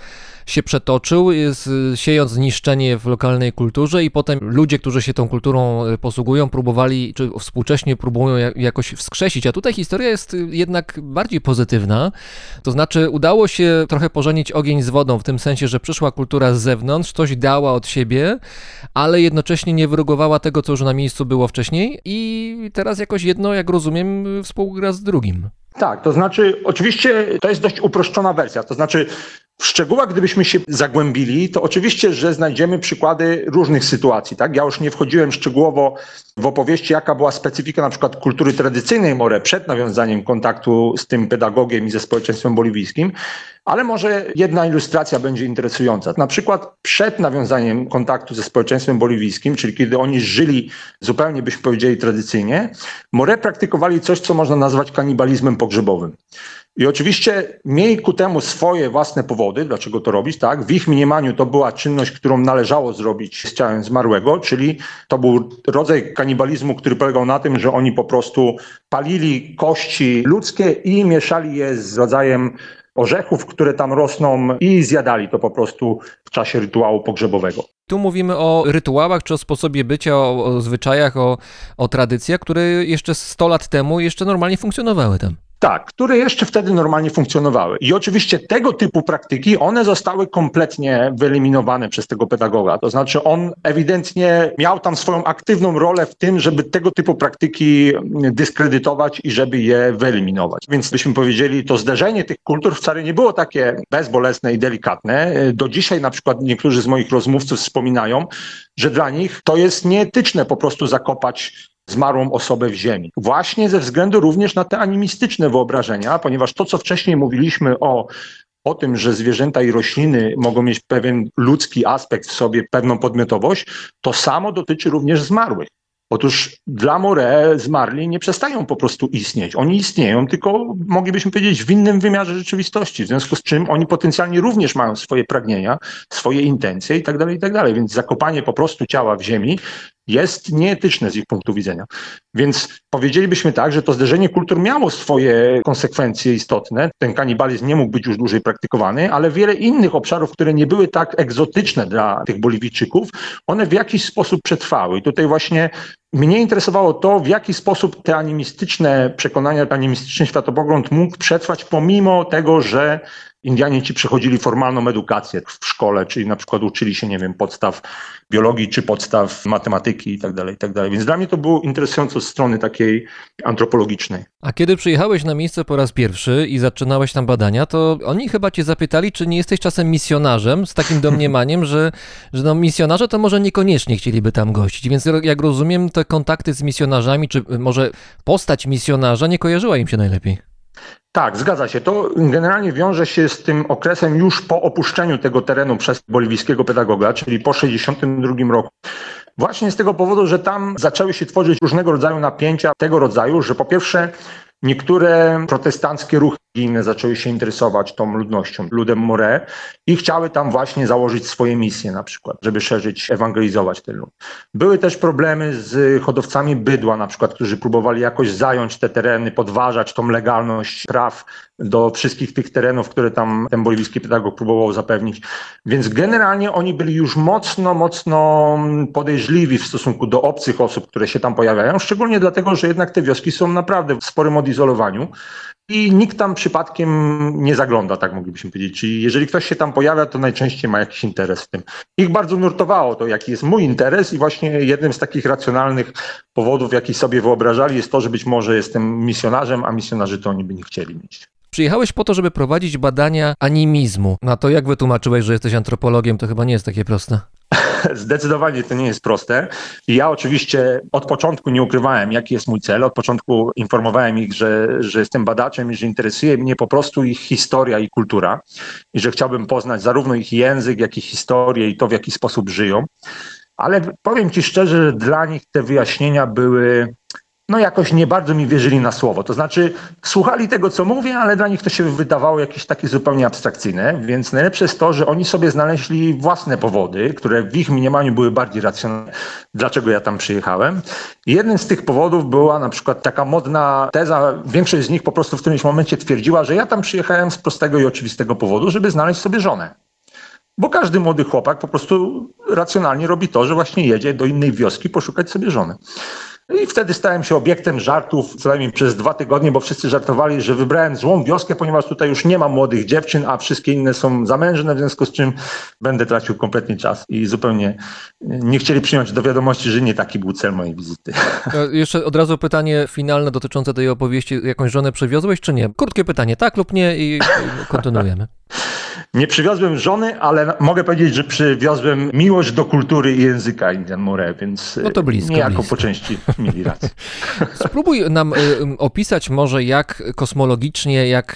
się przetoczył, siejąc niszczenie w lokalnej kulturze i potem ludzie, którzy się tą kulturą posługują, próbowali, czy współcześnie próbują jakoś wskrzesić. A tutaj historia jest jednak bardziej pozytywna. To znaczy udało się trochę pożenić ogień z wodą, w tym sensie, że przyszła kultura z zewnątrz, coś dała od siebie, ale jednocześnie nie wyrugowała tego, co już na miejscu było wcześniej i teraz jakoś jedno, jak rozumiem, współgra z drugim. Tak, to znaczy oczywiście to jest dość uproszczona wersja, to znaczy w szczegółach, gdybyśmy się zagłębili, to oczywiście, że znajdziemy przykłady różnych sytuacji. Tak? Ja już nie wchodziłem szczegółowo w opowieści, jaka była specyfika na przykład kultury tradycyjnej More przed nawiązaniem kontaktu z tym pedagogiem i ze społeczeństwem boliwijskim, ale może jedna ilustracja będzie interesująca. Na przykład przed nawiązaniem kontaktu ze społeczeństwem boliwijskim, czyli kiedy oni żyli zupełnie, byśmy powiedzieli, tradycyjnie, More praktykowali coś, co można nazwać kanibalizmem pogrzebowym. I oczywiście mieli ku temu swoje własne powody, dlaczego to robić, tak? W ich mniemaniu to była czynność, którą należało zrobić z ciałem zmarłego, czyli to był rodzaj kanibalizmu, który polegał na tym, że oni po prostu palili kości ludzkie i mieszali je z rodzajem orzechów, które tam rosną i zjadali to po prostu w czasie rytuału pogrzebowego. Tu mówimy o rytuałach, czy o sposobie bycia, o zwyczajach, o tradycjach, które jeszcze 100 lat temu jeszcze normalnie funkcjonowały tam. Tak, które jeszcze wtedy normalnie funkcjonowały. I oczywiście tego typu praktyki, one zostały kompletnie wyeliminowane przez tego pedagoga. To znaczy on ewidentnie miał tam swoją aktywną rolę w tym, żeby tego typu praktyki dyskredytować i żeby je wyeliminować. Więc byśmy powiedzieli, to zderzenie tych kultur wcale nie było takie bezbolesne i delikatne. Do dzisiaj na przykład niektórzy z moich rozmówców wspominają, że dla nich to jest nieetyczne po prostu zakopać zmarłą osobę w ziemi. Właśnie ze względu również na te animistyczne wyobrażenia, ponieważ to, co wcześniej mówiliśmy o tym, że zwierzęta i rośliny mogą mieć pewien ludzki aspekt w sobie, pewną podmiotowość, to samo dotyczy również zmarłych. Otóż dla More zmarli nie przestają po prostu istnieć. Oni istnieją, tylko moglibyśmy powiedzieć w innym wymiarze rzeczywistości, w związku z czym oni potencjalnie również mają swoje pragnienia, swoje intencje i tak dalej, i tak dalej. Więc zakopanie po prostu ciała w ziemi jest nieetyczne z ich punktu widzenia. Więc powiedzielibyśmy tak, że to zderzenie kultur miało swoje konsekwencje istotne. Ten kanibalizm nie mógł być już dłużej praktykowany, ale wiele innych obszarów, które nie były tak egzotyczne dla tych Boliwijczyków, one w jakiś sposób przetrwały. I tutaj właśnie mnie interesowało to, w jaki sposób te animistyczne przekonania, animistyczny światopogląd mógł przetrwać pomimo tego, że Indianie ci przechodzili formalną edukację w szkole, czyli na przykład uczyli się, nie wiem, podstaw biologii czy podstaw matematyki i tak dalej, i tak dalej. Więc dla mnie to było interesujące z strony takiej antropologicznej. A kiedy przyjechałeś na miejsce po raz pierwszy i zaczynałeś tam badania, to oni chyba cię zapytali, czy nie jesteś czasem misjonarzem, z takim domniemaniem, że no misjonarze to może niekoniecznie chcieliby tam gościć. Więc jak rozumiem, te kontakty z misjonarzami, czy może postać misjonarza nie kojarzyła im się najlepiej. Tak, zgadza się. To generalnie wiąże się z tym okresem już po opuszczeniu tego terenu przez boliwijskiego pedagoga, czyli po 1962 roku. Właśnie z tego powodu, że tam zaczęły się tworzyć różnego rodzaju napięcia tego rodzaju, że po pierwsze niektóre protestanckie ruchy religijne zaczęły się interesować tą ludnością, ludem More i chciały tam właśnie założyć swoje misje na przykład, żeby szerzyć, ewangelizować ten lud. Były też problemy z hodowcami bydła na przykład, którzy próbowali jakoś zająć te tereny, podważać tą legalność praw do wszystkich tych terenów, które tam ten boliwijski pedagog próbował zapewnić. Więc generalnie oni byli już mocno podejrzliwi w stosunku do obcych osób, które się tam pojawiają, szczególnie dlatego, że jednak te wioski są naprawdę w sporym odizolowaniu. I nikt tam przypadkiem nie zagląda, tak moglibyśmy powiedzieć. Czyli jeżeli ktoś się tam pojawia, to najczęściej ma jakiś interes w tym. Ich bardzo nurtowało to, jaki jest mój interes i właśnie jednym z takich racjonalnych powodów, jaki sobie wyobrażali, jest to, że być może jestem misjonarzem, a misjonarzy to oni by nie chcieli mieć. Przyjechałeś po to, żeby prowadzić badania animizmu. Na to jak wytłumaczyłeś, że jesteś antropologiem, to chyba nie jest takie proste. Zdecydowanie to nie jest proste. I ja oczywiście od początku nie ukrywałem, jaki jest mój cel. Od początku informowałem ich, że jestem badaczem i że interesuje mnie po prostu ich historia i kultura. I że chciałbym poznać zarówno ich język, jak i historię i to, w jaki sposób żyją. Ale powiem ci szczerze, że dla nich te wyjaśnienia były... no jakoś nie bardzo mi wierzyli na słowo. To znaczy słuchali tego, co mówię, ale dla nich to się wydawało jakieś takie zupełnie abstrakcyjne, więc najlepsze jest to, że oni sobie znaleźli własne powody, które w ich mniemaniu były bardziej racjonalne, dlaczego ja tam przyjechałem. I jednym z tych powodów była na przykład taka modna teza, większość z nich po prostu w którymś momencie twierdziła, że ja tam przyjechałem z prostego i oczywistego powodu, żeby znaleźć sobie żonę. Bo każdy młody chłopak po prostu racjonalnie robi to, że właśnie jedzie do innej wioski poszukać sobie żony. I wtedy stałem się obiektem żartów co najmniej przez 2 tygodnie, bo wszyscy żartowali, że wybrałem złą wioskę, ponieważ tutaj już nie ma młodych dziewczyn, a wszystkie inne są zamężne, w związku z czym będę tracił kompletnie czas i zupełnie nie chcieli przyjąć do wiadomości, że nie taki był cel mojej wizyty. Jeszcze od razu pytanie finalne dotyczące tej opowieści. Jakąś żonę przywiozłeś, czy nie? Krótkie pytanie, tak lub nie i kontynuujemy. Nie przywiozłem żony, ale mogę powiedzieć, że przywiozłem miłość do kultury i języka Indian Moré, więc no to blisko, niejako blisko. po części mieli rację. Spróbuj nam opisać może, jak kosmologicznie, jak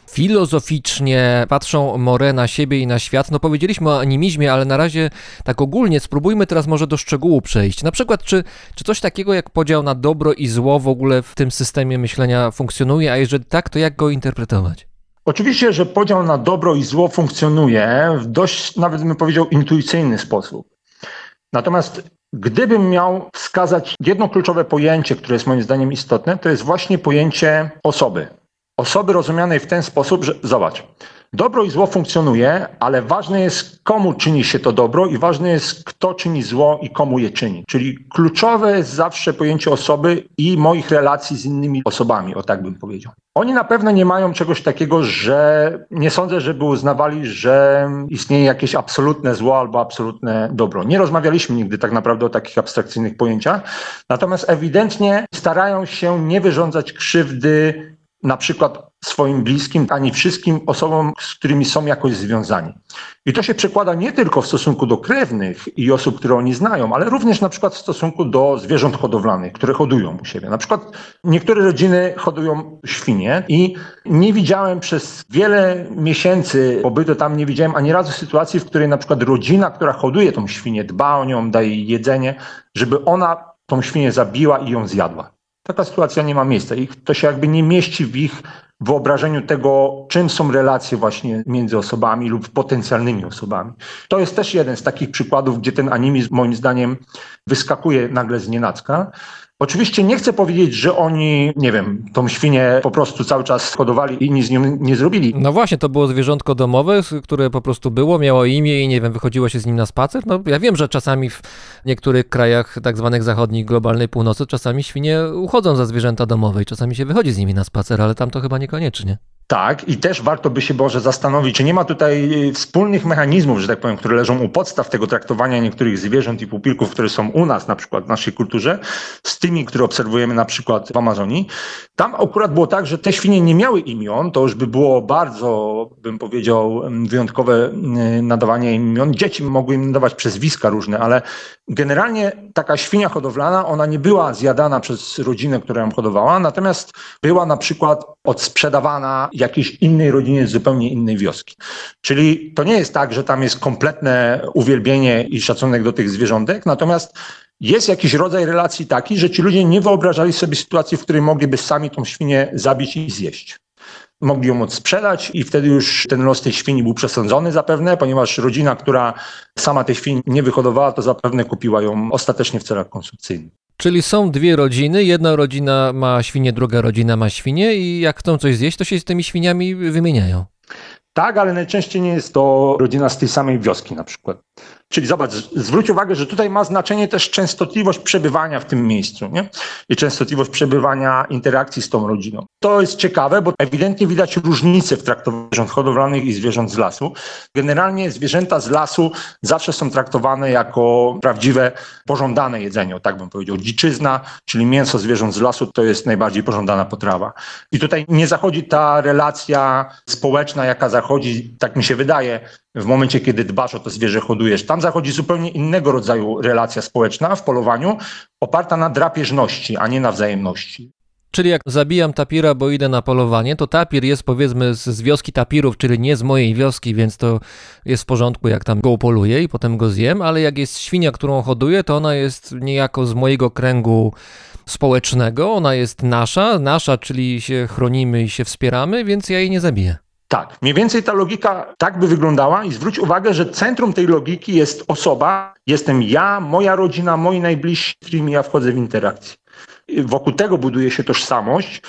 filozoficznie patrzą Moré na siebie i na świat. No powiedzieliśmy o animizmie, ale na razie tak ogólnie spróbujmy teraz może do szczegółu przejść. Na przykład, czy coś takiego jak podział na dobro i zło w ogóle w tym systemie myślenia funkcjonuje, a jeżeli tak, to jak go interpretować? Oczywiście, że podział na dobro i zło funkcjonuje w dość, nawet bym powiedział, intuicyjny sposób. Natomiast gdybym miał wskazać jedno kluczowe pojęcie, które jest moim zdaniem istotne, to jest właśnie pojęcie osoby. Osoby rozumianej w ten sposób, że zobacz, dobro i zło funkcjonuje, ale ważne jest, komu czyni się to dobro i ważne jest, kto czyni zło i komu je czyni. Czyli kluczowe jest zawsze pojęcie osoby i moich relacji z innymi osobami, o tak bym powiedział. Oni na pewno nie mają czegoś takiego, że nie sądzę, żeby uznawali, że istnieje jakieś absolutne zło albo absolutne dobro. Nie rozmawialiśmy nigdy tak naprawdę o takich abstrakcyjnych pojęciach, natomiast ewidentnie starają się nie wyrządzać krzywdy na przykład swoim bliskim, ani wszystkim osobom, z którymi są jakoś związani. I to się przekłada nie tylko w stosunku do krewnych i osób, które oni znają, ale również na przykład w stosunku do zwierząt hodowlanych, które hodują u siebie. Na przykład niektóre rodziny hodują świnie i nie widziałem przez wiele miesięcy pobytu tam, nie widziałem ani razu sytuacji, w której na przykład rodzina, która hoduje tą świnię, dba o nią, daje jej jedzenie, żeby ona tą świnię zabiła i ją zjadła. Taka sytuacja nie ma miejsca i to się jakby nie mieści w ich wyobrażeniu tego, czym są relacje właśnie między osobami lub potencjalnymi osobami. To jest też jeden z takich przykładów, gdzie ten animizm moim zdaniem wyskakuje nagle z nienacka. Oczywiście nie chcę powiedzieć, że oni, nie wiem, tą świnię po prostu cały czas hodowali i nic z nią nie zrobili. No właśnie, to było zwierzątko domowe, które po prostu było, miało imię i nie wiem, wychodziło się z nim na spacer. No ja wiem, że czasami w niektórych krajach tak zwanych zachodnich, globalnej północy, czasami świnie uchodzą za zwierzęta domowe i czasami się wychodzi z nimi na spacer, ale tam to chyba niekoniecznie. Tak, i też warto by się może zastanowić, czy nie ma tutaj wspólnych mechanizmów, że tak powiem, które leżą u podstaw tego traktowania niektórych zwierząt i pupilków, które są u nas, na przykład w naszej kulturze, z tymi, które obserwujemy na przykład w Amazonii. Tam akurat było tak, że te świnie nie miały imion, to już by było bardzo, bym powiedział, wyjątkowe nadawanie im imion. Dzieci mogły im nadawać przezwiska różne, ale generalnie taka świnia hodowlana, ona nie była zjadana przez rodzinę, która ją hodowała, natomiast była na przykład odsprzedawana jakiejś innej rodzinie z zupełnie innej wioski. Czyli to nie jest tak, że tam jest kompletne uwielbienie i szacunek do tych zwierzątek, natomiast jest jakiś rodzaj relacji taki, że ci ludzie nie wyobrażali sobie sytuacji, w której mogliby sami tą świnię zabić i zjeść. Mogli ją odsprzedać i wtedy już ten los tej świni był przesądzony zapewne, ponieważ rodzina, która sama tej świni nie wyhodowała, to zapewne kupiła ją ostatecznie w celach konsumpcyjnych. Czyli są dwie rodziny, jedna rodzina ma świnie, druga rodzina ma świnie i jak chcą coś zjeść, to się z tymi świniami wymieniają. Tak, ale najczęściej nie jest to rodzina z tej samej wioski na przykład. Czyli zobacz, zwróć uwagę, że tutaj ma znaczenie też częstotliwość przebywania w tym miejscu, nie? I częstotliwość przebywania interakcji z tą rodziną. To jest ciekawe, bo ewidentnie widać różnice w traktowaniu zwierząt hodowlanych i zwierząt z lasu. Generalnie zwierzęta z lasu zawsze są traktowane jako prawdziwe, pożądane jedzenie, tak bym powiedział. Dziczyzna, czyli mięso zwierząt z lasu, to jest najbardziej pożądana potrawa. I tutaj nie zachodzi ta relacja społeczna, jaka zachodzi, tak mi się wydaje, w momencie, kiedy dbasz o to zwierzę, hodujesz. Tam zachodzi zupełnie innego rodzaju relacja społeczna w polowaniu, oparta na drapieżności, a nie na wzajemności. Czyli jak zabijam tapira, bo idę na polowanie, to tapir jest powiedzmy z wioski tapirów, czyli nie z mojej wioski, więc to jest w porządku, jak tam go upoluję i potem go zjem, ale jak jest świnia, którą hoduję, to ona jest niejako z mojego kręgu społecznego, ona jest nasza, czyli się chronimy i się wspieramy, więc ja jej nie zabiję. Tak, mniej więcej ta logika tak by wyglądała i zwróć uwagę, że centrum tej logiki jest osoba, jestem ja, moja rodzina, moi najbliżsi, z którymi ja wchodzę w interakcję. Wokół tego buduje się tożsamość.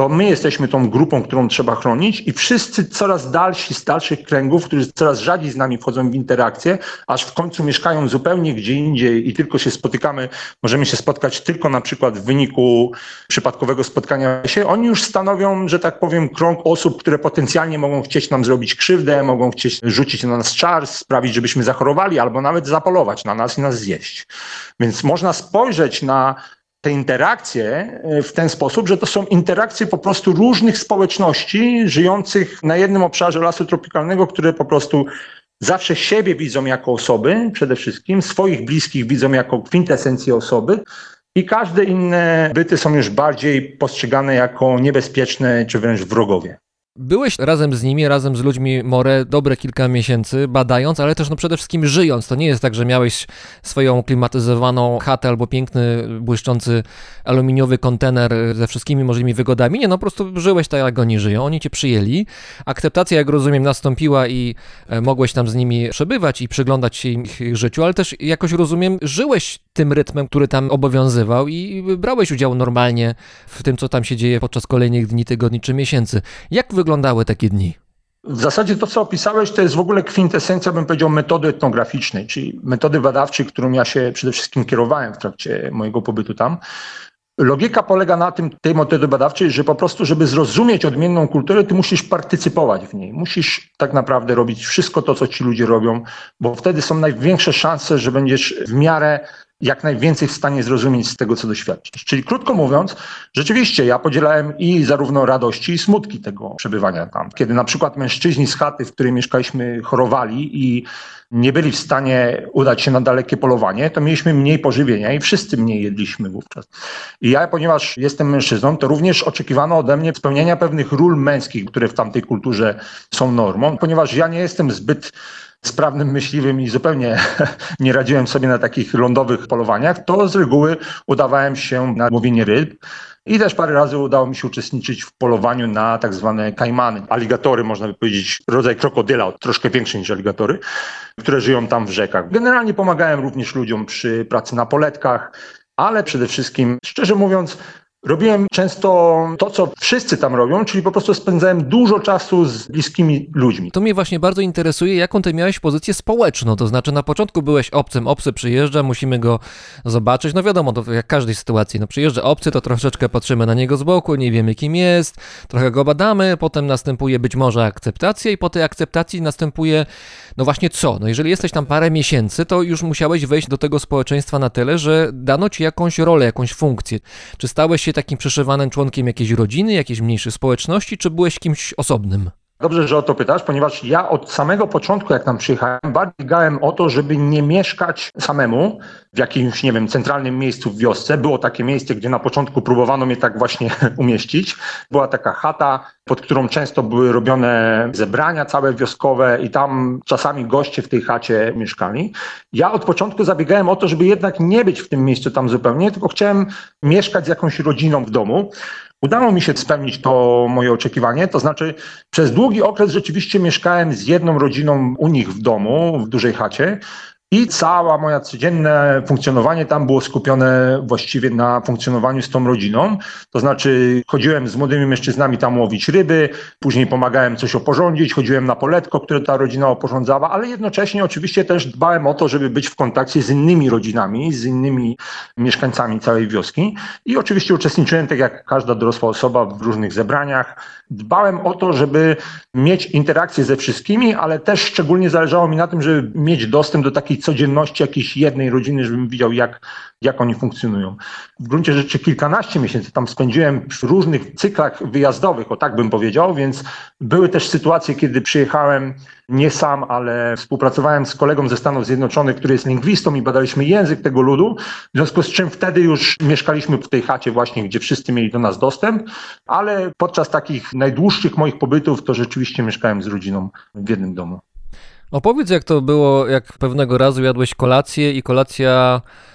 to my jesteśmy tą grupą, którą trzeba chronić i wszyscy coraz dalsi z dalszych kręgów, którzy coraz rzadziej z nami wchodzą w interakcję, aż w końcu mieszkają zupełnie gdzie indziej i tylko się spotykamy, możemy się spotkać tylko na przykład w wyniku przypadkowego spotkania się, oni już stanowią, że tak powiem, krąg osób, które potencjalnie mogą chcieć nam zrobić krzywdę, mogą chcieć rzucić na nas czar, sprawić, żebyśmy zachorowali albo nawet zapolować na nas i nas zjeść. Więc można spojrzeć na te interakcje w ten sposób, że to są interakcje po prostu różnych społeczności żyjących na jednym obszarze lasu tropikalnego, które po prostu zawsze siebie widzą jako osoby przede wszystkim, swoich bliskich widzą jako kwintesencję osoby i każde inne byty są już bardziej postrzegane jako niebezpieczne czy wręcz wrogowie. Byłeś razem z nimi, razem z ludźmi Morę dobre kilka miesięcy, badając, ale też przede wszystkim żyjąc. To nie jest tak, że miałeś swoją klimatyzowaną chatę albo piękny, błyszczący aluminiowy kontener ze wszystkimi możliwymi wygodami. Nie, no po prostu żyłeś tak, jak oni żyją. Oni cię przyjęli. Akceptacja, jak rozumiem, nastąpiła i mogłeś tam z nimi przebywać i przyglądać się ich życiu, ale też jakoś rozumiem, żyłeś tym rytmem, który tam obowiązywał i brałeś udział normalnie w tym, co tam się dzieje podczas kolejnych dni, tygodni czy miesięcy. Jak wyglądały takie dni? W zasadzie to, co opisałeś, to jest w ogóle kwintesencja, bym powiedział, metody etnograficznej, czyli metody badawczej, którą ja się przede wszystkim kierowałem w trakcie mojego pobytu tam. Logika polega na tym, tej metody badawczej, że po prostu, żeby zrozumieć odmienną kulturę, ty musisz partycypować w niej. Musisz tak naprawdę robić wszystko to, co ci ludzie robią, bo wtedy są największe szanse, że będziesz w miarę jak najwięcej w stanie zrozumieć z tego, co doświadczysz. Czyli krótko mówiąc, rzeczywiście ja podzielałem i zarówno radości i smutki tego przebywania tam. Kiedy na przykład mężczyźni z chaty, w której mieszkaliśmy, chorowali i nie byli w stanie udać się na dalekie polowanie, to mieliśmy mniej pożywienia i wszyscy mniej jedliśmy wówczas. I ja, ponieważ jestem mężczyzną, to również oczekiwano ode mnie spełniania pewnych ról męskich, które w tamtej kulturze są normą, ponieważ ja nie jestem zbyt sprawnym myśliwym i zupełnie nie radziłem sobie na takich lądowych polowaniach, to z reguły udawałem się na łowienie ryb i też parę razy udało mi się uczestniczyć w polowaniu na tak zwane kajmany, aligatory, można by powiedzieć, rodzaj krokodyla, troszkę większy niż aligatory, które żyją tam w rzekach. Generalnie pomagałem również ludziom przy pracy na poletkach, ale przede wszystkim, szczerze mówiąc, robiłem często to, co wszyscy tam robią, czyli po prostu spędzałem dużo czasu z bliskimi ludźmi. To mnie właśnie bardzo interesuje, jaką ty miałeś pozycję społeczną, to znaczy na początku byłeś obcym, obcy przyjeżdża, musimy go zobaczyć, no wiadomo, to jak każdej sytuacji, no przyjeżdża obcy, to troszeczkę patrzymy na niego z boku, nie wiemy kim jest, trochę go badamy, potem następuje być może akceptacja i po tej akceptacji następuje, no właśnie co, no jeżeli jesteś tam parę miesięcy, to już musiałeś wejść do tego społeczeństwa na tyle, że dano ci jakąś rolę, jakąś funkcję. Czy stałeś się takim przyszywanym członkiem jakiejś rodziny, jakiejś mniejszej społeczności, czy byłeś kimś osobnym? Dobrze, że o to pytasz, ponieważ ja od samego początku, jak tam przyjechałem, bardziej biegałem o to, żeby nie mieszkać samemu w jakimś, nie wiem, centralnym miejscu w wiosce. Było takie miejsce, gdzie na początku próbowano mnie tak właśnie umieścić. Była taka chata, pod którą często były robione zebrania całe wioskowe i tam czasami goście w tej chacie mieszkali. Ja od początku zabiegałem o to, żeby jednak nie być w tym miejscu tam zupełnie, tylko chciałem mieszkać z jakąś rodziną w domu. Udało mi się spełnić to moje oczekiwanie, to znaczy przez długi okres rzeczywiście mieszkałem z jedną rodziną u nich w domu, w dużej chacie i cała moja codzienne funkcjonowanie tam było skupione właściwie na funkcjonowaniu z tą rodziną. To znaczy chodziłem z młodymi mężczyznami tam łowić ryby, później pomagałem coś oporządzić, chodziłem na poletko, które ta rodzina oporządzała, ale jednocześnie oczywiście też dbałem o to, żeby być w kontakcie z innymi rodzinami, z innymi mieszkańcami całej wioski i oczywiście uczestniczyłem, tak jak każda dorosła osoba, w różnych zebraniach. Dbałem o to, żeby mieć interakcje ze wszystkimi, ale też szczególnie zależało mi na tym, żeby mieć dostęp do takiej codzienności jakiejś jednej rodziny, żebym widział, jak oni funkcjonują. W gruncie rzeczy kilkanaście miesięcy tam spędziłem przy różnych cyklach wyjazdowych, o tak bym powiedział, więc były też sytuacje, kiedy przyjechałem nie sam, ale współpracowałem z kolegą ze Stanów Zjednoczonych, który jest lingwistą i badaliśmy język tego ludu, w związku z czym wtedy już mieszkaliśmy w tej chacie właśnie, gdzie wszyscy mieli do nas dostęp, ale podczas takich najdłuższych moich pobytów to rzeczywiście mieszkałem z rodziną w jednym domu. Opowiedz, jak to było, jak pewnego razu jadłeś kolację i kolacja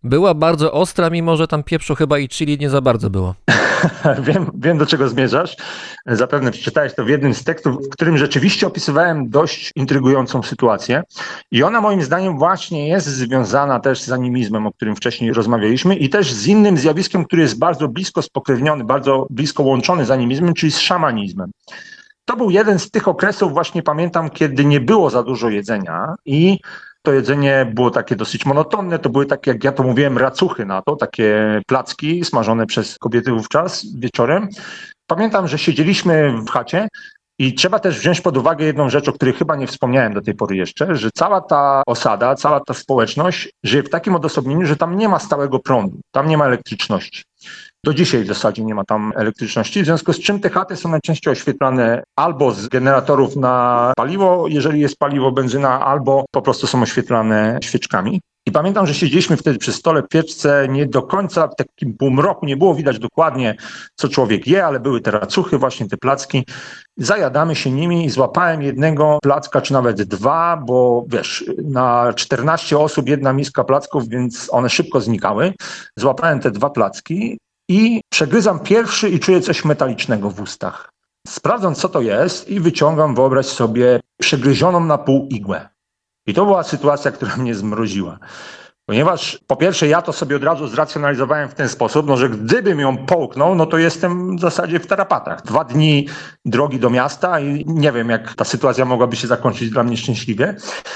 Była bardzo ostra, mimo że tam pieprzu chyba i chili nie za bardzo było. Wiem, do czego zmierzasz. Zapewne przeczytałeś to w jednym z tekstów, w którym rzeczywiście opisywałem dość intrygującą sytuację. I ona moim zdaniem właśnie jest związana też z animizmem, o którym wcześniej rozmawialiśmy, i też z innym zjawiskiem, który jest bardzo blisko spokrewniony, bardzo blisko łączony z animizmem, czyli z szamanizmem. To był jeden z tych okresów, właśnie pamiętam, kiedy nie było za dużo jedzenia i to jedzenie było takie dosyć monotonne, to były takie, jak ja to mówiłem, racuchy na to, takie placki smażone przez kobiety wówczas wieczorem. Pamiętam, że siedzieliśmy w chacie i trzeba też wziąć pod uwagę jedną rzecz, o której chyba nie wspomniałem do tej pory jeszcze, że cała ta osada, cała ta społeczność żyje w takim odosobnieniu, że tam nie ma stałego prądu, tam nie ma elektryczności. Do dzisiaj w zasadzie nie ma tam elektryczności, w związku z czym te chaty są najczęściej oświetlane albo z generatorów na paliwo, jeżeli jest paliwo, benzyna, albo po prostu są oświetlane świeczkami. I pamiętam, że siedzieliśmy wtedy przy stole w pieczce, nie do końca w takim półmroku, nie było widać dokładnie, co człowiek je, ale były te racuchy, właśnie te placki. Zajadamy się nimi i złapałem jednego placka, czy nawet dwa, bo wiesz, na 14 osób jedna miska placków, więc one szybko znikały. Złapałem te dwa placki i przegryzam pierwszy i czuję coś metalicznego w ustach. Sprawdzam, co to jest i wyciągam, wyobraź sobie, przegryzioną na pół igłę. I to była sytuacja, która mnie zmroziła. Ponieważ po pierwsze ja to sobie od razu zracjonalizowałem w ten sposób, że gdybym ją połknął, no to jestem w zasadzie w tarapatach. 2 dni drogi do miasta i nie wiem, jak ta sytuacja mogłaby się zakończyć dla mnie szczęśliwie.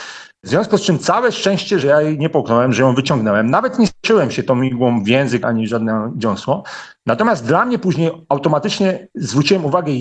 W związku z czym całe szczęście, że ja jej nie połknąłem, że ją wyciągnąłem. Nawet nie strzeliłem się tą igłą w język ani żadne dziąsło. Natomiast dla mnie później automatycznie zwróciłem uwagę,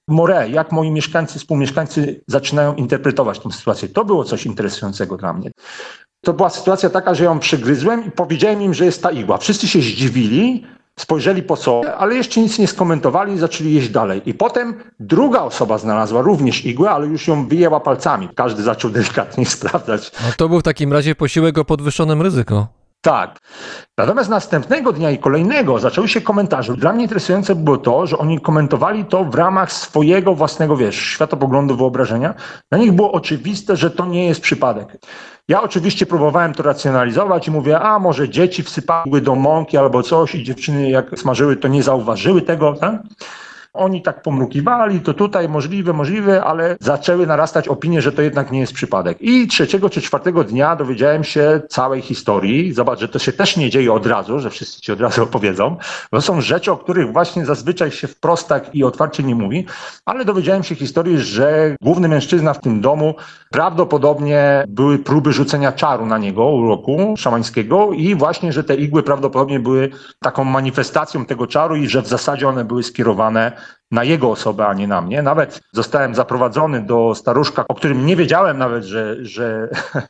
jak moi mieszkańcy, współmieszkańcy zaczynają interpretować tę sytuację. To było coś interesującego dla mnie. To była sytuacja taka, że ją przygryzłem i powiedziałem im, że jest ta igła. Wszyscy się zdziwili, spojrzeli po sobie, ale jeszcze nic nie skomentowali i zaczęli jeść dalej. I potem druga osoba znalazła również igłę, ale już ją wyjęła palcami. Każdy zaczął delikatnie sprawdzać. No to był w takim razie posiłek o podwyższonym ryzyku. Tak. Natomiast następnego dnia i kolejnego zaczęły się komentarze. Dla mnie interesujące było to, że oni komentowali to w ramach swojego własnego, światopoglądu, wyobrażenia. Dla nich było oczywiste, że to nie jest przypadek. Ja oczywiście próbowałem to racjonalizować i mówię, może dzieci wsypały do mąki albo coś i dziewczyny jak smażyły, to nie zauważyły tego, tak? Oni tak pomrukiwali, to tutaj możliwe, ale zaczęły narastać opinie, że to jednak nie jest przypadek. I 3. czy 4. dnia dowiedziałem się całej historii. Zobacz, że to się też nie dzieje od razu, że wszyscy ci od razu opowiedzą. To są rzeczy, o których właśnie zazwyczaj się wprost tak i otwarcie nie mówi, ale dowiedziałem się historii, że główny mężczyzna w tym domu prawdopodobnie były próby rzucenia czaru na niego, uroku szamańskiego i właśnie, że te igły prawdopodobnie były taką manifestacją tego czaru i że w zasadzie one były skierowane na jego osobę, a nie na mnie. Nawet zostałem zaprowadzony do staruszka, o którym nie wiedziałem nawet, że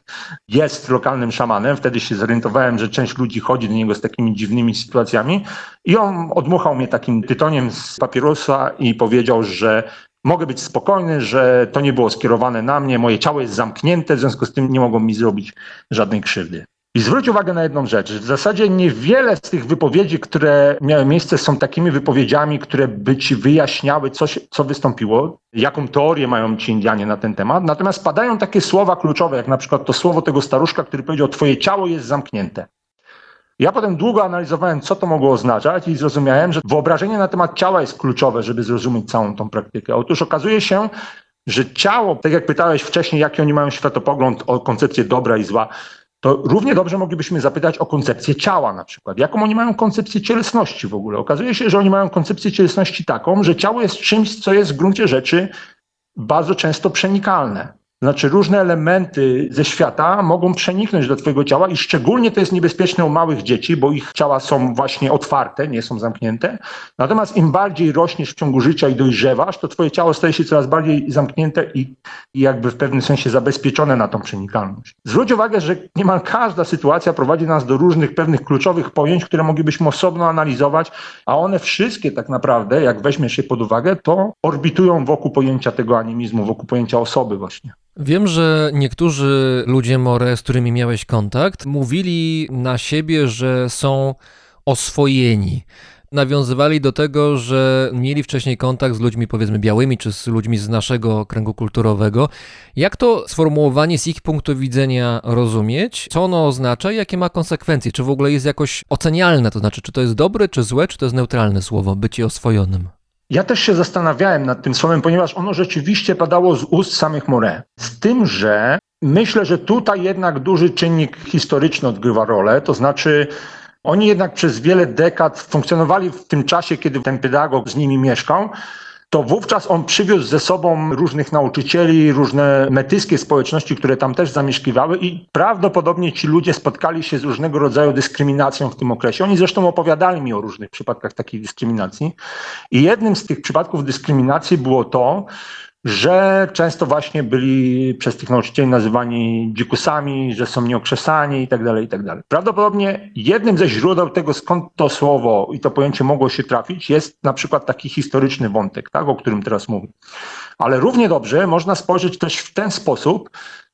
jest lokalnym szamanem. Wtedy się zorientowałem, że część ludzi chodzi do niego z takimi dziwnymi sytuacjami i on odmuchał mnie takim tytoniem z papierosa i powiedział, że mogę być spokojny, że to nie było skierowane na mnie, moje ciało jest zamknięte, w związku z tym nie mogą mi zrobić żadnej krzywdy. I zwróć uwagę na jedną rzecz. W zasadzie niewiele z tych wypowiedzi, które miały miejsce, są takimi wypowiedziami, które by ci wyjaśniały coś, co wystąpiło, jaką teorię mają ci Indianie na ten temat. Natomiast padają takie słowa kluczowe, jak na przykład to słowo tego staruszka, który powiedział, twoje ciało jest zamknięte. Ja potem długo analizowałem, co to mogło oznaczać i zrozumiałem, że wyobrażenie na temat ciała jest kluczowe, żeby zrozumieć całą tą praktykę. Otóż okazuje się, że ciało, tak jak pytałeś wcześniej, jaki oni mają światopogląd o koncepcję dobra i zła, to równie dobrze moglibyśmy zapytać o koncepcję ciała na przykład. Jaką oni mają koncepcję cielesności w ogóle? Okazuje się, że oni mają koncepcję cielesności taką, że ciało jest czymś, co jest w gruncie rzeczy bardzo często przenikalne. Znaczy różne elementy ze świata mogą przeniknąć do twojego ciała i szczególnie to jest niebezpieczne u małych dzieci, bo ich ciała są właśnie otwarte, nie są zamknięte. Natomiast im bardziej rośniesz w ciągu życia i dojrzewasz, to twoje ciało staje się coraz bardziej zamknięte i jakby w pewnym sensie zabezpieczone na tą przenikalność. Zwróć uwagę, że niemal każda sytuacja prowadzi nas do różnych pewnych kluczowych pojęć, które moglibyśmy osobno analizować, a one wszystkie tak naprawdę, jak weźmiesz je pod uwagę, to orbitują wokół pojęcia tego animizmu, wokół pojęcia osoby właśnie. Wiem, że niektórzy ludzie More, z którymi miałeś kontakt, mówili na siebie, że są oswojeni. nawiązywali do tego, że mieli wcześniej kontakt z ludźmi powiedzmy białymi, czy z ludźmi z naszego kręgu kulturowego. Jak to sformułowanie z ich punktu widzenia rozumieć? Co ono oznacza i jakie ma konsekwencje? Czy w ogóle jest jakoś ocenialne? To znaczy, czy to jest dobre, czy złe, czy to jest neutralne słowo, bycie oswojonym? Ja też się zastanawiałem nad tym słowem, ponieważ ono rzeczywiście padało z ust samych Moret. Z tym, że myślę, że tutaj jednak duży czynnik historyczny odgrywa rolę, to znaczy oni jednak przez wiele dekad funkcjonowali w tym czasie, kiedy ten pedagog z nimi mieszkał, to wówczas on przywiózł ze sobą różnych nauczycieli, różne metyskie społeczności, które tam też zamieszkiwały i prawdopodobnie ci ludzie spotkali się z różnego rodzaju dyskryminacją w tym okresie. Oni zresztą opowiadali mi o różnych przypadkach takiej dyskryminacji i jednym z tych przypadków dyskryminacji było to, że często właśnie byli przez tych nauczycieli nazywani dzikusami, że są nieokrzesani i tak dalej, i tak dalej. Prawdopodobnie jednym ze źródeł tego, skąd to słowo i to pojęcie mogło się trafić, jest na przykład taki historyczny wątek, tak, o którym teraz mówię. Ale równie dobrze można spojrzeć też w ten sposób,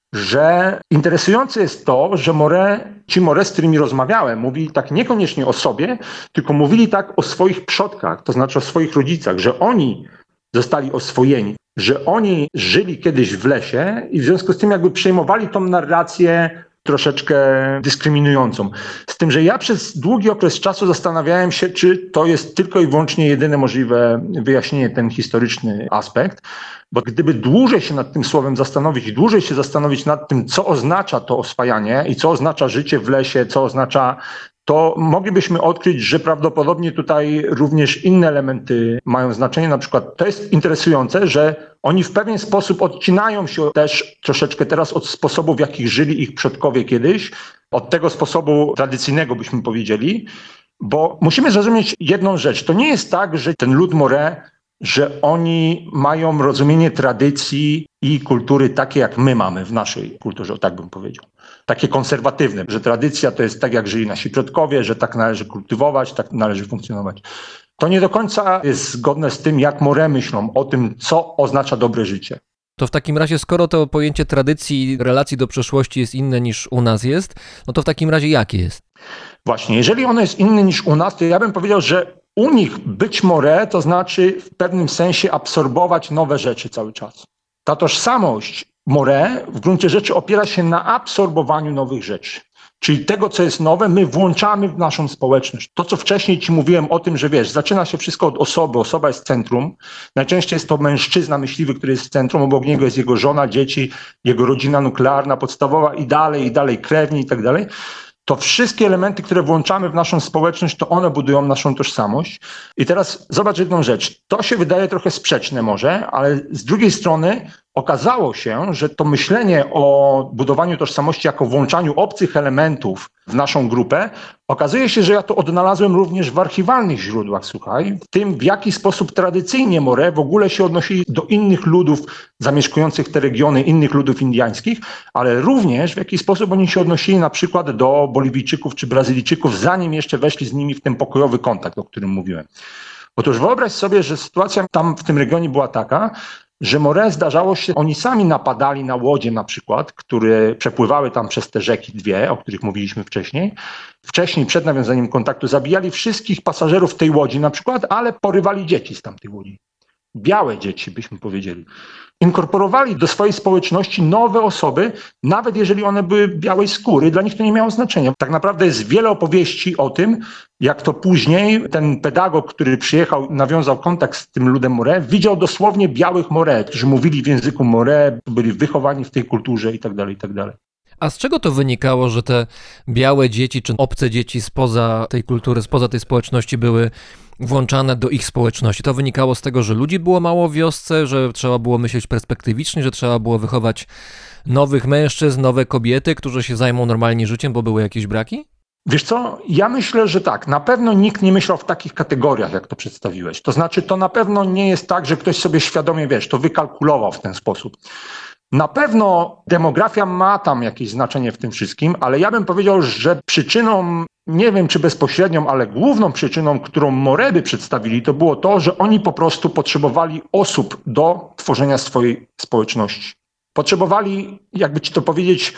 że interesujące jest to, że ci Moret, z którymi rozmawiałem, mówili tak niekoniecznie o sobie, tylko mówili tak o swoich przodkach, to znaczy o swoich rodzicach, że oni zostali oswojeni, że oni żyli kiedyś w lesie i w związku z tym jakby przejmowali tą narrację troszeczkę dyskryminującą. Z tym, że ja przez długi okres czasu zastanawiałem się, czy to jest tylko i wyłącznie jedyne możliwe wyjaśnienie, ten historyczny aspekt, bo gdyby dłużej się nad tym słowem zastanowić, dłużej się zastanowić nad tym, co oznacza to oswajanie i co oznacza życie w lesie, co oznacza, to moglibyśmy odkryć, że prawdopodobnie tutaj również inne elementy mają znaczenie. Na przykład to jest interesujące, że oni w pewien sposób odcinają się też troszeczkę teraz od sposobu, w jakich żyli ich przodkowie kiedyś, od tego sposobu tradycyjnego, byśmy powiedzieli, bo musimy zrozumieć jedną rzecz. To nie jest tak, że ten lud Moret, że oni mają rozumienie tradycji i kultury takie, jak my mamy w naszej kulturze, tak bym powiedział. Takie konserwatywne, że tradycja to jest tak, jak żyli nasi przodkowie, że tak należy kultywować, tak należy funkcjonować. To nie do końca jest zgodne z tym, jak Moret myślą o tym, co oznacza dobre życie. To w takim razie, skoro to pojęcie tradycji, relacji do przeszłości jest inne niż u nas jest, no to w takim razie jakie jest? Właśnie, jeżeli ono jest inne niż u nas, to ja bym powiedział, że u nich być Moret to znaczy w pewnym sensie absorbować nowe rzeczy cały czas. Ta tożsamość Moret w gruncie rzeczy opiera się na absorbowaniu nowych rzeczy. Czyli tego, co jest nowe, my włączamy w naszą społeczność. To, co wcześniej ci mówiłem o tym, że wiesz, zaczyna się wszystko od osoby, osoba jest centrum. Najczęściej jest to mężczyzna myśliwy, który jest w centrum, obok niego jest jego żona, dzieci, jego rodzina nuklearna, podstawowa i dalej, krewni i tak dalej. To wszystkie elementy, które włączamy w naszą społeczność, to one budują naszą tożsamość. I teraz zobacz jedną rzecz. To się wydaje trochę sprzeczne może, ale z drugiej strony okazało się, że to myślenie o budowaniu tożsamości jako włączaniu obcych elementów w naszą grupę, okazuje się, że ja to odnalazłem również w archiwalnych źródłach, słuchaj, w tym w jaki sposób tradycyjnie Moret w ogóle się odnosili do innych ludów zamieszkujących te regiony, innych ludów indyjskich, ale również w jaki sposób oni się odnosili na przykład do Boliwijczyków czy Brazylijczyków, zanim jeszcze weszli z nimi w ten pokojowy kontakt, o którym mówiłem. Otóż wyobraź sobie, że sytuacja tam w tym regionie była taka, że Moret zdarzało się, oni sami napadali na łodzie na przykład, które przepływały tam przez te rzeki dwie, o których mówiliśmy wcześniej. Wcześniej, przed nawiązaniem kontaktu, zabijali wszystkich pasażerów tej łodzi na przykład, ale porywali dzieci z tamtej łodzi. Białe dzieci, byśmy powiedzieli. Inkorporowali do swojej społeczności nowe osoby, nawet jeżeli one były białej skóry, dla nich to nie miało znaczenia. Tak naprawdę jest wiele opowieści o tym, jak to później ten pedagog, który przyjechał, nawiązał kontakt z tym ludem Moret, widział dosłownie białych Moret, którzy mówili w języku Moret, byli wychowani w tej kulturze i tak dalej, i tak dalej. A z czego to wynikało, że te białe dzieci czy obce dzieci spoza tej kultury, spoza tej społeczności były włączane do ich społeczności? To wynikało z tego, że ludzi było mało w wiosce, że trzeba było myśleć perspektywicznie, że trzeba było wychować nowych mężczyzn, nowe kobiety, którzy się zajmą normalnie życiem, bo były jakieś braki? Wiesz co, ja myślę, że tak. Na pewno nikt nie myślał w takich kategoriach, jak to przedstawiłeś. To znaczy, to na pewno nie jest tak, że ktoś sobie świadomie, to wykalkulował w ten sposób. Na pewno demografia ma tam jakieś znaczenie w tym wszystkim, ale ja bym powiedział, że przyczyną, nie wiem czy bezpośrednią, ale główną przyczyną, którą Moreby przedstawili, to było to, że oni po prostu potrzebowali osób do tworzenia swojej społeczności. Potrzebowali, jakby ci to powiedzieć,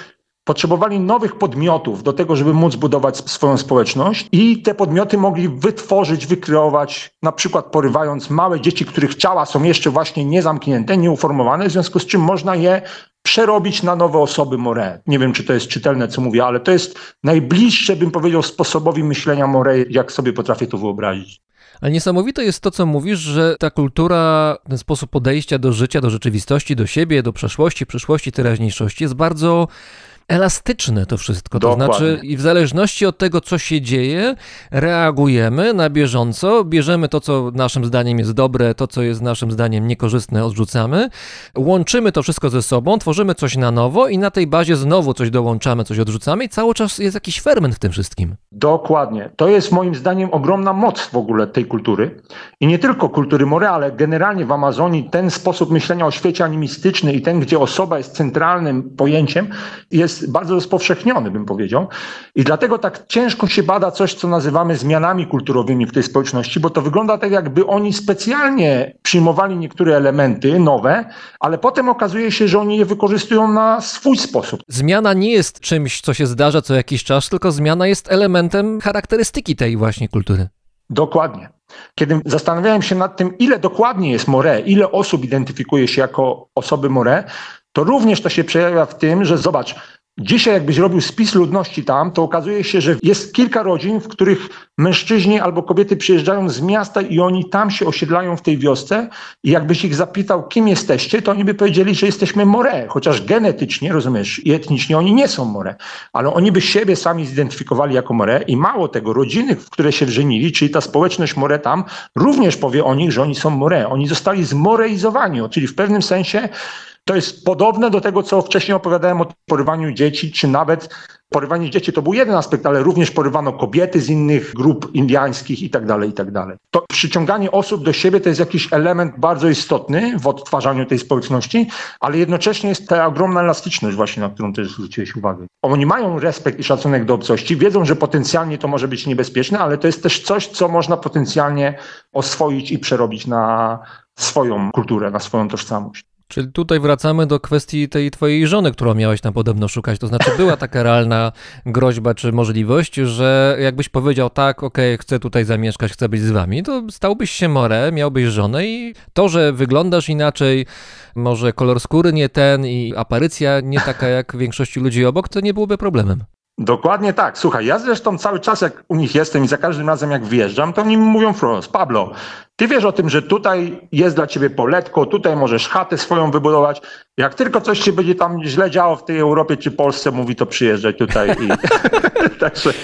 Potrzebowali nowych podmiotów do tego, żeby móc budować swoją społeczność i te podmioty mogli wytworzyć, wykreować, na przykład porywając małe dzieci, których ciała są jeszcze właśnie niezamknięte, nieuformowane, w związku z czym można je przerobić na nowe osoby Moré. Nie wiem, czy to jest czytelne, co mówię, ale to jest najbliższe, bym powiedział, sposobowi myślenia Moré, jak sobie potrafię to wyobrazić. Ale niesamowite jest to, co mówisz, że ta kultura, ten sposób podejścia do życia, do rzeczywistości, do siebie, do przeszłości, przyszłości, teraźniejszości jest bardzo elastyczne to wszystko. To Dokładnie. znaczy i w zależności od tego, co się dzieje, reagujemy na bieżąco, bierzemy to, co naszym zdaniem jest dobre, to, co jest naszym zdaniem niekorzystne, odrzucamy, łączymy to wszystko ze sobą, tworzymy coś na nowo i na tej bazie znowu coś dołączamy, coś odrzucamy i cały czas jest jakiś ferment w tym wszystkim. Dokładnie. To jest moim zdaniem ogromna moc w ogóle tej kultury. I nie tylko kultury Moré, ale generalnie w Amazonii ten sposób myślenia o świecie animistyczny i ten, gdzie osoba jest centralnym pojęciem, jest bardzo rozpowszechniony, bym powiedział. I dlatego tak ciężko się bada coś, co nazywamy zmianami kulturowymi w tej społeczności, bo to wygląda tak, jakby oni specjalnie przyjmowali niektóre elementy nowe, ale potem okazuje się, że oni je wykorzystują na swój sposób. Zmiana nie jest czymś, co się zdarza co jakiś czas, tylko zmiana jest elementem charakterystyki tej właśnie kultury. Dokładnie. Kiedy zastanawiałem się nad tym, ile dokładnie jest Moré, ile osób identyfikuje się jako osoby Moré, to również to się przejawia w tym, że zobacz, dzisiaj jakbyś robił spis ludności tam, to okazuje się, że jest kilka rodzin, w których mężczyźni albo kobiety przyjeżdżają z miasta i oni tam się osiedlają w tej wiosce i jakbyś ich zapytał, kim jesteście, to oni by powiedzieli, że jesteśmy Moré, chociaż genetycznie, rozumiesz, i etnicznie oni nie są Moré, ale oni by siebie sami zidentyfikowali jako Moré i mało tego, rodziny, w które się wżenili, czyli ta społeczność Moré tam, również powie o nich, że oni są Moré. Oni zostali zmoreizowani, czyli w pewnym sensie to jest podobne do tego, co wcześniej opowiadałem o porywaniu dzieci, czy nawet porywanie dzieci to był jeden aspekt, ale również porywano kobiety z innych grup indiańskich i tak dalej, i tak dalej. To przyciąganie osób do siebie to jest jakiś element bardzo istotny w odtwarzaniu tej społeczności, ale jednocześnie jest ta ogromna elastyczność właśnie, na którą też zwróciłeś uwagę. Oni mają respekt i szacunek do obcości, wiedzą, że potencjalnie to może być niebezpieczne, ale to jest też coś, co można potencjalnie oswoić i przerobić na swoją kulturę, na swoją tożsamość. Czyli tutaj wracamy do kwestii tej twojej żony, którą miałeś tam podobno szukać. To znaczy była taka realna groźba czy możliwość, że jakbyś powiedział tak, okej, chcę tutaj zamieszkać, chcę być z wami, to stałbyś się Moré, miałbyś żonę i to, że wyglądasz inaczej, może kolor skóry nie ten i aparycja nie taka jak większości ludzi obok, to nie byłoby problemem. Dokładnie tak. Słuchaj, ja zresztą cały czas jak u nich jestem i za każdym razem jak wyjeżdżam, to oni mi mówią wprost, Pablo, ty wiesz o tym, że tutaj jest dla ciebie poletko, tutaj możesz chatę swoją wybudować. Jak tylko coś się będzie tam źle działo w tej Europie czy Polsce, mówi, to przyjeżdżaj tutaj i także...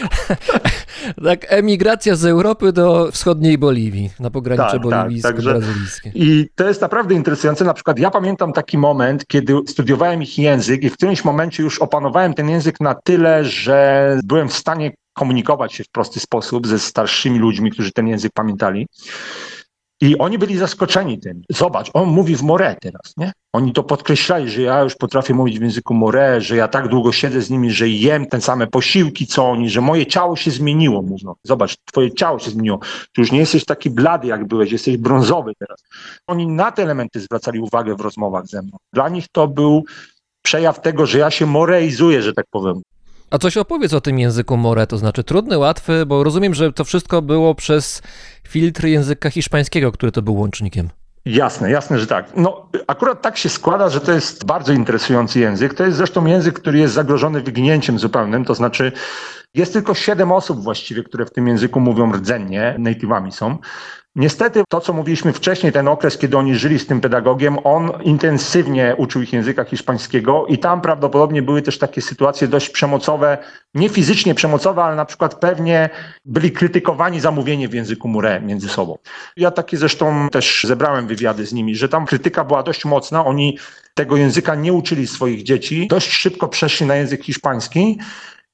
Tak, emigracja z Europy do wschodniej Boliwii, na pogranicze Tak, boliwijsko-brazylijskie. I to jest naprawdę interesujące. Na przykład ja pamiętam taki moment, kiedy studiowałem ich język i w którymś momencie już opanowałem ten język na tyle, że byłem w stanie komunikować się w prosty sposób ze starszymi ludźmi, którzy ten język pamiętali. I oni byli zaskoczeni tym. Zobacz, on mówi w Moré teraz, nie? Oni to podkreślali, że ja już potrafię mówić w języku Moré, że ja tak długo siedzę z nimi, że jem te same posiłki, co oni, że moje ciało się zmieniło, mówią. Zobacz, twoje ciało się zmieniło. Ty już nie jesteś taki blady, jak byłeś, jesteś brązowy teraz. Oni na te elementy zwracali uwagę w rozmowach ze mną. Dla nich to był przejaw tego, że ja się moreizuję, że tak powiem. A coś opowiedz o tym języku Moré, to znaczy trudny, łatwy, bo rozumiem, że to wszystko było przez filtr języka hiszpańskiego, który to był łącznikiem. Jasne, że tak. No, akurat tak się składa, że to jest bardzo interesujący język. To jest zresztą język, który jest zagrożony wyginięciem zupełnym, to znaczy jest tylko 7 osób właściwie, które w tym języku mówią rdzennie, native'ami są. Niestety to, co mówiliśmy wcześniej, ten okres, kiedy oni żyli z tym pedagogiem, on intensywnie uczył ich języka hiszpańskiego i tam prawdopodobnie były też takie sytuacje dość przemocowe, nie fizycznie przemocowe, ale na przykład pewnie byli krytykowani za mówienie w języku Moré między sobą. Ja takie zresztą też zebrałem wywiady z nimi, że tam krytyka była dość mocna, oni tego języka nie uczyli swoich dzieci, dość szybko przeszli na język hiszpański.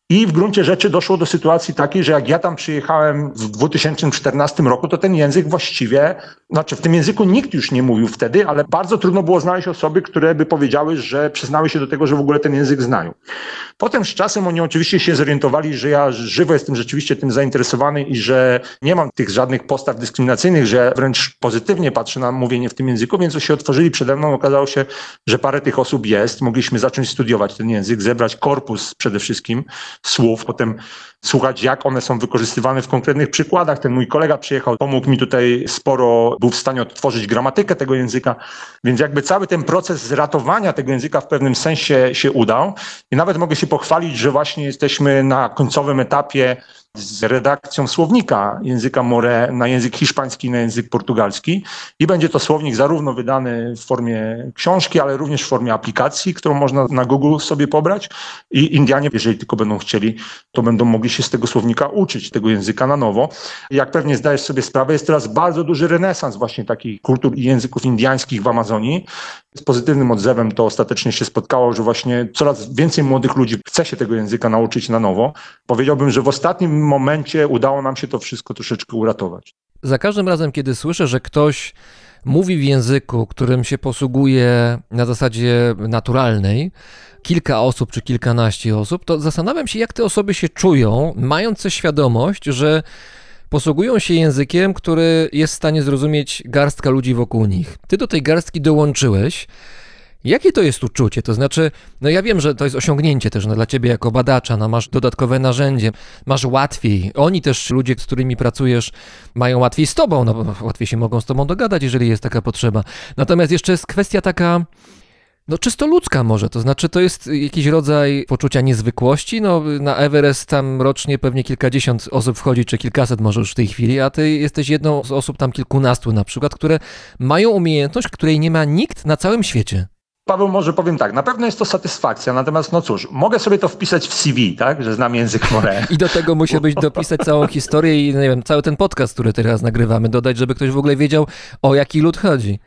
I w gruncie rzeczy doszło do sytuacji takiej, że jak ja tam przyjechałem w 2014 roku, to ten język właściwie, znaczy w tym języku nikt już nie mówił wtedy, ale bardzo trudno było znaleźć osoby, które by powiedziały, że przyznały się do tego, że w ogóle ten język znają. Potem z czasem oni oczywiście się zorientowali, że ja żywo jestem rzeczywiście tym zainteresowany i że nie mam tych żadnych postaw dyskryminacyjnych, że wręcz pozytywnie patrzę na mówienie w tym języku, więc się otworzyli przede mną. Okazało się, że parę tych osób jest. Mogliśmy zacząć studiować ten język, zebrać korpus przede wszystkim słów, potem słuchać, jak one są wykorzystywane w konkretnych przykładach. Ten mój kolega przyjechał, pomógł mi tutaj sporo, był w stanie odtworzyć gramatykę tego języka, więc jakby cały ten proces ratowania tego języka w pewnym sensie się udał i nawet mogę się pochwalić, że właśnie jesteśmy na końcowym etapie z redakcją słownika języka More na język hiszpański i na język portugalski i będzie to słownik zarówno wydany w formie książki, ale również w formie aplikacji, którą można na Google sobie pobrać i Indianie, jeżeli tylko będą chcieli, to będą mogli się z tego słownika uczyć, tego języka na nowo. Jak pewnie zdajesz sobie sprawę, jest teraz bardzo duży renesans właśnie takich kultur i języków indiańskich w Amazonii. Z pozytywnym odzewem to ostatecznie się spotkało, że właśnie coraz więcej młodych ludzi chce się tego języka nauczyć na nowo. Powiedziałbym, że w ostatnim momencie udało nam się to wszystko troszeczkę uratować. Za każdym razem, kiedy słyszę, że ktoś mówi w języku, którym się posługuje na zasadzie naturalnej, kilka osób czy kilkanaście osób, to zastanawiam się, jak te osoby się czują, mając tę świadomość, że posługują się językiem, który jest w stanie zrozumieć garstka ludzi wokół nich. Ty do tej garstki dołączyłeś. Jakie to jest uczucie? To znaczy, no ja wiem, że to jest osiągnięcie też dla ciebie jako badacza, no masz dodatkowe narzędzie, masz łatwiej. Oni też, ludzie, z którymi pracujesz, mają łatwiej z tobą, no bo łatwiej się mogą z tobą dogadać, jeżeli jest taka potrzeba. Natomiast jeszcze jest kwestia taka, no czysto ludzka może, to znaczy to jest jakiś rodzaj poczucia niezwykłości, no na Everest tam rocznie pewnie kilkadziesiąt osób wchodzi, czy kilkaset może już w tej chwili, a ty jesteś jedną z osób tam kilkunastu na przykład, które mają umiejętność, której nie ma nikt na całym świecie. Paweł, może powiem tak, na pewno jest to satysfakcja, natomiast no cóż, mogę sobie to wpisać w CV, tak, że znam język More. I do tego musiałbyś dopisać całą historię i nie wiem, cały ten podcast, który teraz nagrywamy, dodać, żeby ktoś w ogóle wiedział, o jaki lud chodzi.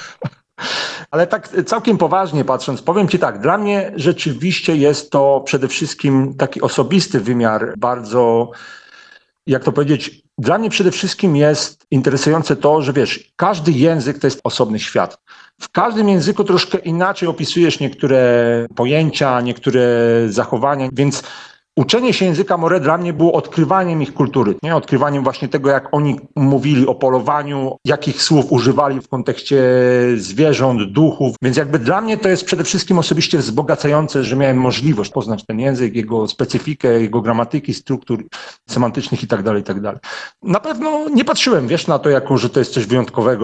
Ale tak całkiem poważnie patrząc, powiem ci tak, dla mnie rzeczywiście jest to przede wszystkim taki osobisty wymiar, bardzo, jak to powiedzieć, dla mnie przede wszystkim jest interesujące to, że wiesz, każdy język to jest osobny świat. W każdym języku troszkę inaczej opisujesz niektóre pojęcia, niektóre zachowania, więc uczenie się języka More dla mnie było odkrywaniem ich kultury, nie? Odkrywaniem właśnie tego, jak oni mówili o polowaniu, jakich słów używali w kontekście zwierząt, duchów. Więc jakby dla mnie to jest przede wszystkim osobiście wzbogacające, że miałem możliwość poznać ten język, jego specyfikę, jego gramatyki, struktur semantycznych i tak dalej, i tak dalej. Na pewno nie patrzyłem, wiesz, na to jako, że to jest coś wyjątkowego,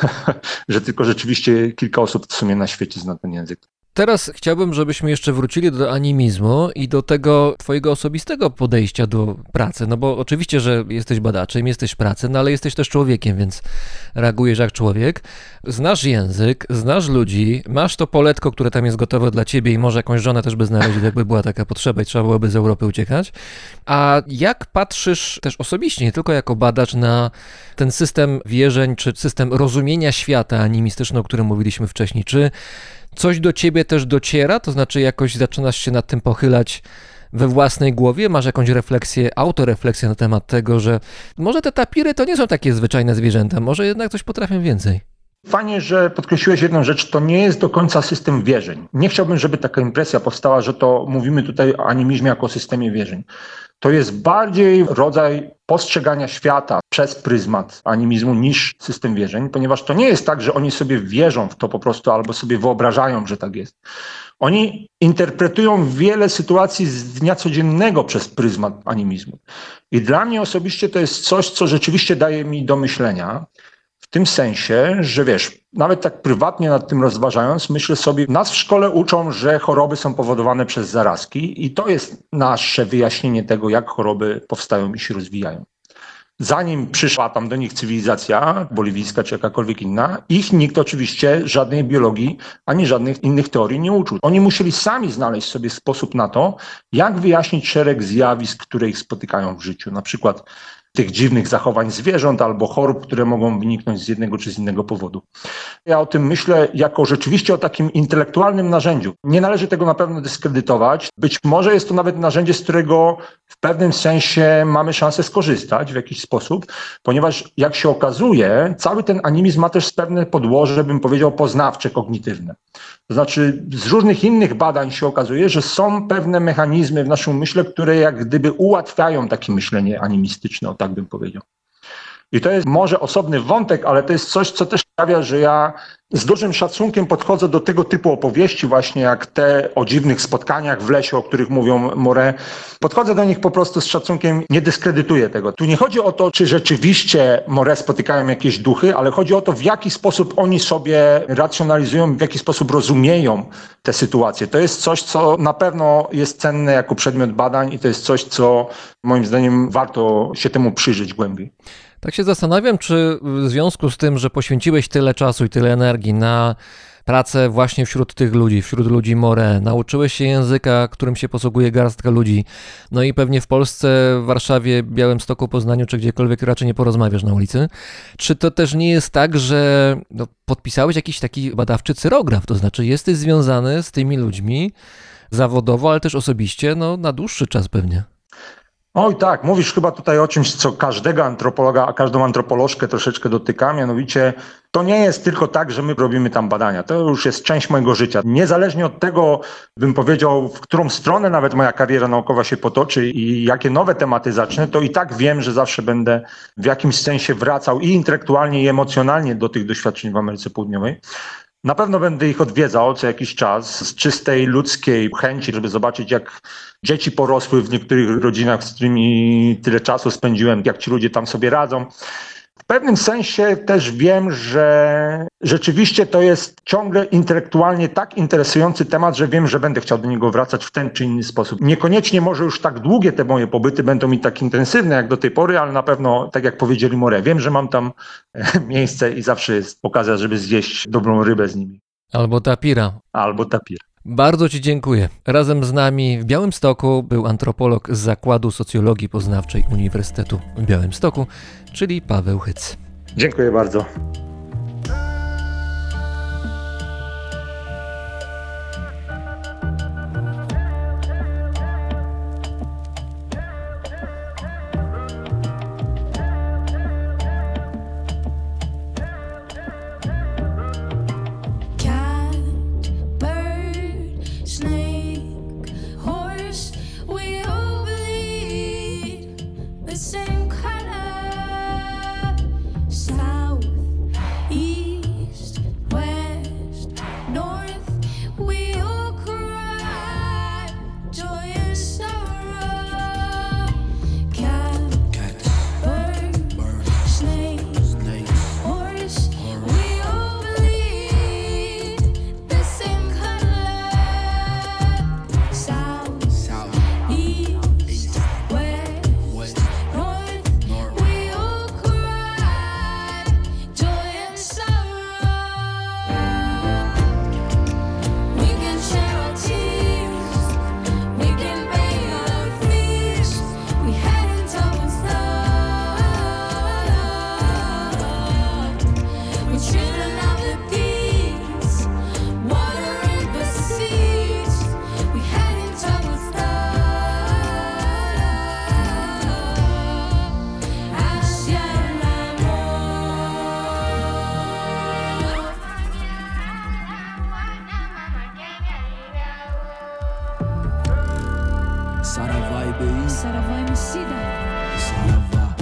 że tylko rzeczywiście kilka osób w sumie na świecie zna ten język. Teraz chciałbym, żebyśmy jeszcze wrócili do animizmu i do tego twojego osobistego podejścia do pracy, no bo oczywiście, że jesteś badaczem, jesteś w pracy, no ale jesteś też człowiekiem, więc reagujesz jak człowiek. Znasz język, znasz ludzi, masz to poletko, które tam jest gotowe dla ciebie i może jakąś żonę też by znaleźli, jakby była taka potrzeba i trzeba byłoby z Europy uciekać. A jak patrzysz też osobiście, nie tylko jako badacz, na ten system wierzeń, czy system rozumienia świata animistyczny, o którym mówiliśmy wcześniej? Czy coś do ciebie też dociera? To znaczy jakoś zaczynasz się nad tym pochylać we własnej głowie? Masz jakąś refleksję, autorefleksję na temat tego, że może te tapiry to nie są takie zwyczajne zwierzęta, może jednak coś potrafią więcej? Fajnie, że podkreśliłeś jedną rzecz, to nie jest do końca system wierzeń. Nie chciałbym, żeby taka impresja powstała, że to mówimy tutaj o animizmie jako o systemie wierzeń. To jest bardziej rodzaj postrzegania świata przez pryzmat animizmu niż system wierzeń, ponieważ to nie jest tak, że oni sobie wierzą w to po prostu albo sobie wyobrażają, że tak jest. Oni interpretują wiele sytuacji z dnia codziennego przez pryzmat animizmu. I dla mnie osobiście to jest coś, co rzeczywiście daje mi do myślenia. W tym sensie, że wiesz, nawet tak prywatnie nad tym rozważając, myślę sobie, nas w szkole uczą, że choroby są powodowane przez zarazki i to jest nasze wyjaśnienie tego, jak choroby powstają i się rozwijają. Zanim przyszła tam do nich cywilizacja boliwijska czy jakakolwiek inna, ich nikt oczywiście żadnej biologii ani żadnych innych teorii nie uczył. Oni musieli sami znaleźć sobie sposób na to, jak wyjaśnić szereg zjawisk, które ich spotykają w życiu. Na przykład tych dziwnych zachowań zwierząt albo chorób, które mogą wyniknąć z jednego czy z innego powodu. Ja o tym myślę jako rzeczywiście o takim intelektualnym narzędziu. Nie należy tego na pewno dyskredytować. Być może jest to nawet narzędzie, z którego w pewnym sensie mamy szansę skorzystać w jakiś sposób, ponieważ jak się okazuje, cały ten animizm ma też pewne podłoże, bym powiedział, poznawcze, kognitywne. To znaczy z różnych innych badań się okazuje, że są pewne mechanizmy w naszym umyśle, które jak gdyby ułatwiają takie myślenie animistyczne, o tak bym powiedział. I to jest może osobny wątek, ale to jest coś, co też sprawia, że ja z dużym szacunkiem podchodzę do tego typu opowieści, właśnie jak te o dziwnych spotkaniach w lesie, o których mówią More. Podchodzę do nich po prostu z szacunkiem, nie dyskredytuję tego. Tu nie chodzi o to, czy rzeczywiście More spotykają jakieś duchy, ale chodzi o to, w jaki sposób oni sobie racjonalizują, w jaki sposób rozumieją te sytuacje. To jest coś, co na pewno jest cenne jako przedmiot badań i to jest coś, co moim zdaniem warto się temu przyjrzeć głębiej. Tak się zastanawiam, czy w związku z tym, że poświęciłeś tyle czasu i tyle energii na pracę właśnie wśród tych ludzi, wśród ludzi More, nauczyłeś się języka, którym się posługuje garstka ludzi, no i pewnie w Polsce, w Warszawie, Białymstoku, Poznaniu, czy gdziekolwiek raczej nie porozmawiasz na ulicy. Czy to też nie jest tak, że podpisałeś jakiś taki badawczy cyrograf, to znaczy jesteś związany z tymi ludźmi zawodowo, ale też osobiście, na dłuższy czas pewnie? Oj tak, mówisz chyba tutaj o czymś, co każdego antropologa, a każdą antropolożkę troszeczkę dotyka, mianowicie to nie jest tylko tak, że my robimy tam badania, to już jest część mojego życia. Niezależnie od tego, bym powiedział, w którą stronę nawet moja kariera naukowa się potoczy i jakie nowe tematy zacznę, to i tak wiem, że zawsze będę w jakimś sensie wracał i intelektualnie, i emocjonalnie do tych doświadczeń w Ameryce Południowej. Na pewno będę ich odwiedzał co jakiś czas z czystej ludzkiej chęci, żeby zobaczyć, jak dzieci porosły w niektórych rodzinach, z którymi tyle czasu spędziłem, jak ci ludzie tam sobie radzą. W pewnym sensie też wiem, że rzeczywiście to jest ciągle intelektualnie tak interesujący temat, że wiem, że będę chciał do niego wracać w ten czy inny sposób. Niekoniecznie może już tak długie te moje pobyty będą mi tak intensywne jak do tej pory, ale na pewno, tak jak powiedzieli More, wiem, że mam tam miejsce i zawsze jest okazja, żeby zjeść dobrą rybę z nimi. Albo tapira. Albo tapir. Bardzo Ci dziękuję. Razem z nami w Białymstoku był antropolog z Zakładu Socjologii Poznawczej Uniwersytetu w Białymstoku, czyli Paweł Hyc. Dziękuję bardzo. Saravá e BI. Saravá Emicida. Saravá.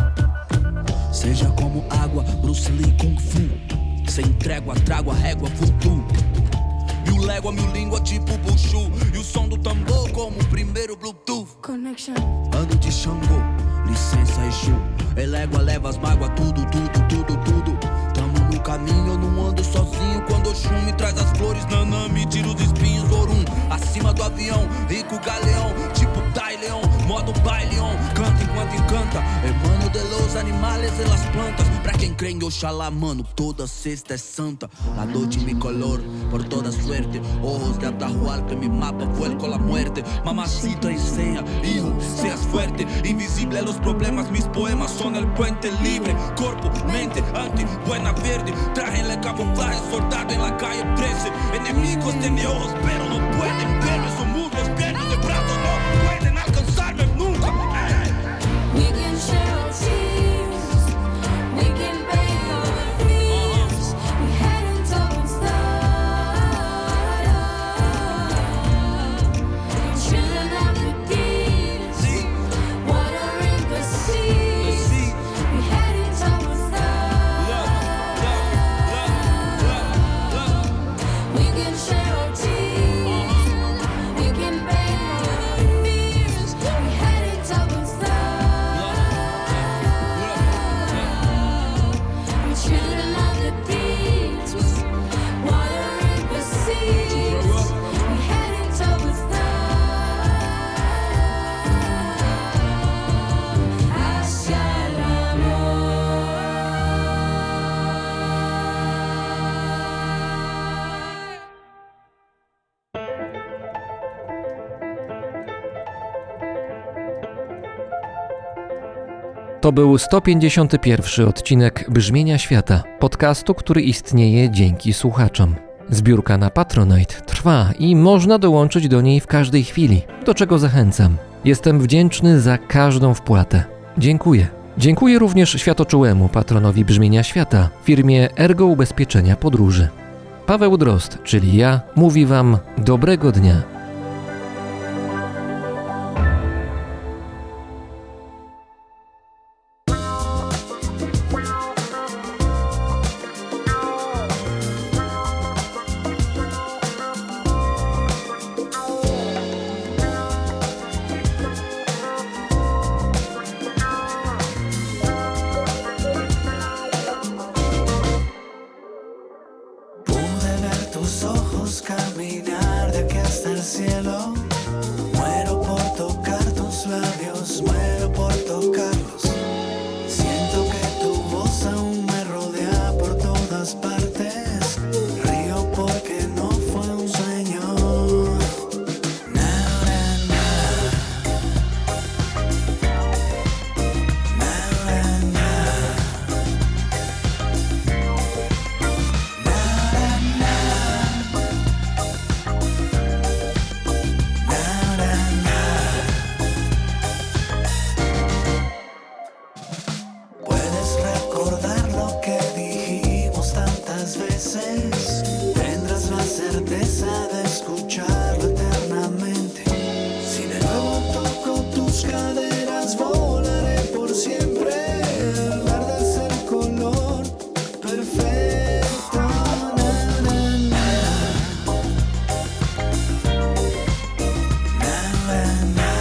Seja como água, Bruce Lee, Kung Fu. Sem trégua, trago a régua, futu. E o légua, mil língua tipo Bushu. E o som do tambor como o primeiro Bluetooth. Connection. Ando de Xangô, licença Exu. Elégua, leva as mágoas, tudo, tudo, tudo, tudo. Tamo no caminho, eu não ando sozinho. Quando Oxum me traz as flores, Nanã me tira os espinhos, Orum. Acima do avião, rico galeão, tipo Tai Leão, modo baile on. Canta enquanto encanta, Emmanuel reino de los animales e las plantas. Pra quem crê em Oxalá, mano, toda sexta é santa. La noche mi color, por toda suerte. Ojos de Atahualpa, mi mapa, vuelco la muerte. Mamacita enseña, hijo, seas fuerte. Invisible a los problemas, mis poemas son el puente libre. Corpo, mente, anti, buena verde. Trajenle camuflaje, soldado en la calle 13. Enemigos tienen ojos, pero no pueden verme. Son muslos, piernas de brazos, no pueden alcanzarme nunca. We can share our tears. We can bathe our fears. We hadn't told children of the deeds. Water in the seas. We hadn't told we can share our tears. We can bathe our fears. We hadn't told children of the deeds. Water in the seas. We hadn't told hacia el amor. To był 151 odcinek Brzmienia Świata, podcastu, który istnieje dzięki słuchaczom. Zbiórka na Patronite trwa i można dołączyć do niej w każdej chwili, do czego zachęcam. Jestem wdzięczny za każdą wpłatę. Dziękuję. Dziękuję również światoczułemu patronowi Brzmienia Świata, firmie Ergo Ubezpieczenia Podróży. Paweł Drozd, czyli ja, mówi Wam dobrego dnia. Pude ver tus ojos caminar de aquí hasta el cielo. Muero por tocar tus labios, muero por tocarlos. Siento que tu voz aún me rodea por todas partes. Río porque no fue un sueño. Na, na, na. Na, na, na. Puedes recordar lo que dijimos tantas veces. Tendrás la certeza de escucharlo eternamente. Si de nuevo toco tus caderas, volaré por siempre. El verde es el color perfecto. Na, na, na. Na, na, na.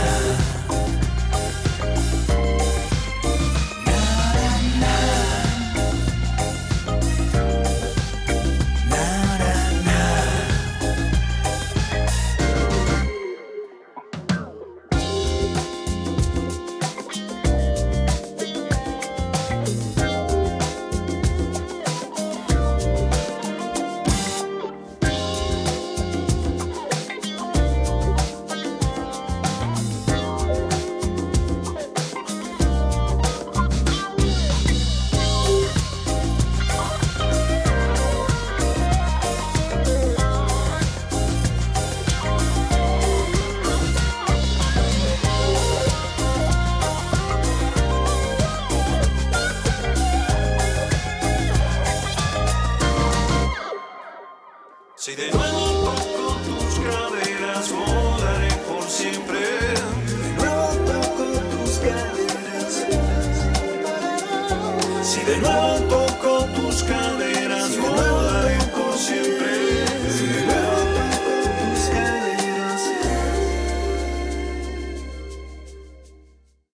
Si de nuevo toco tus caderas, volaré por siempre. De nuevo toco tus caderas. Si de nuevo toco tus caderas.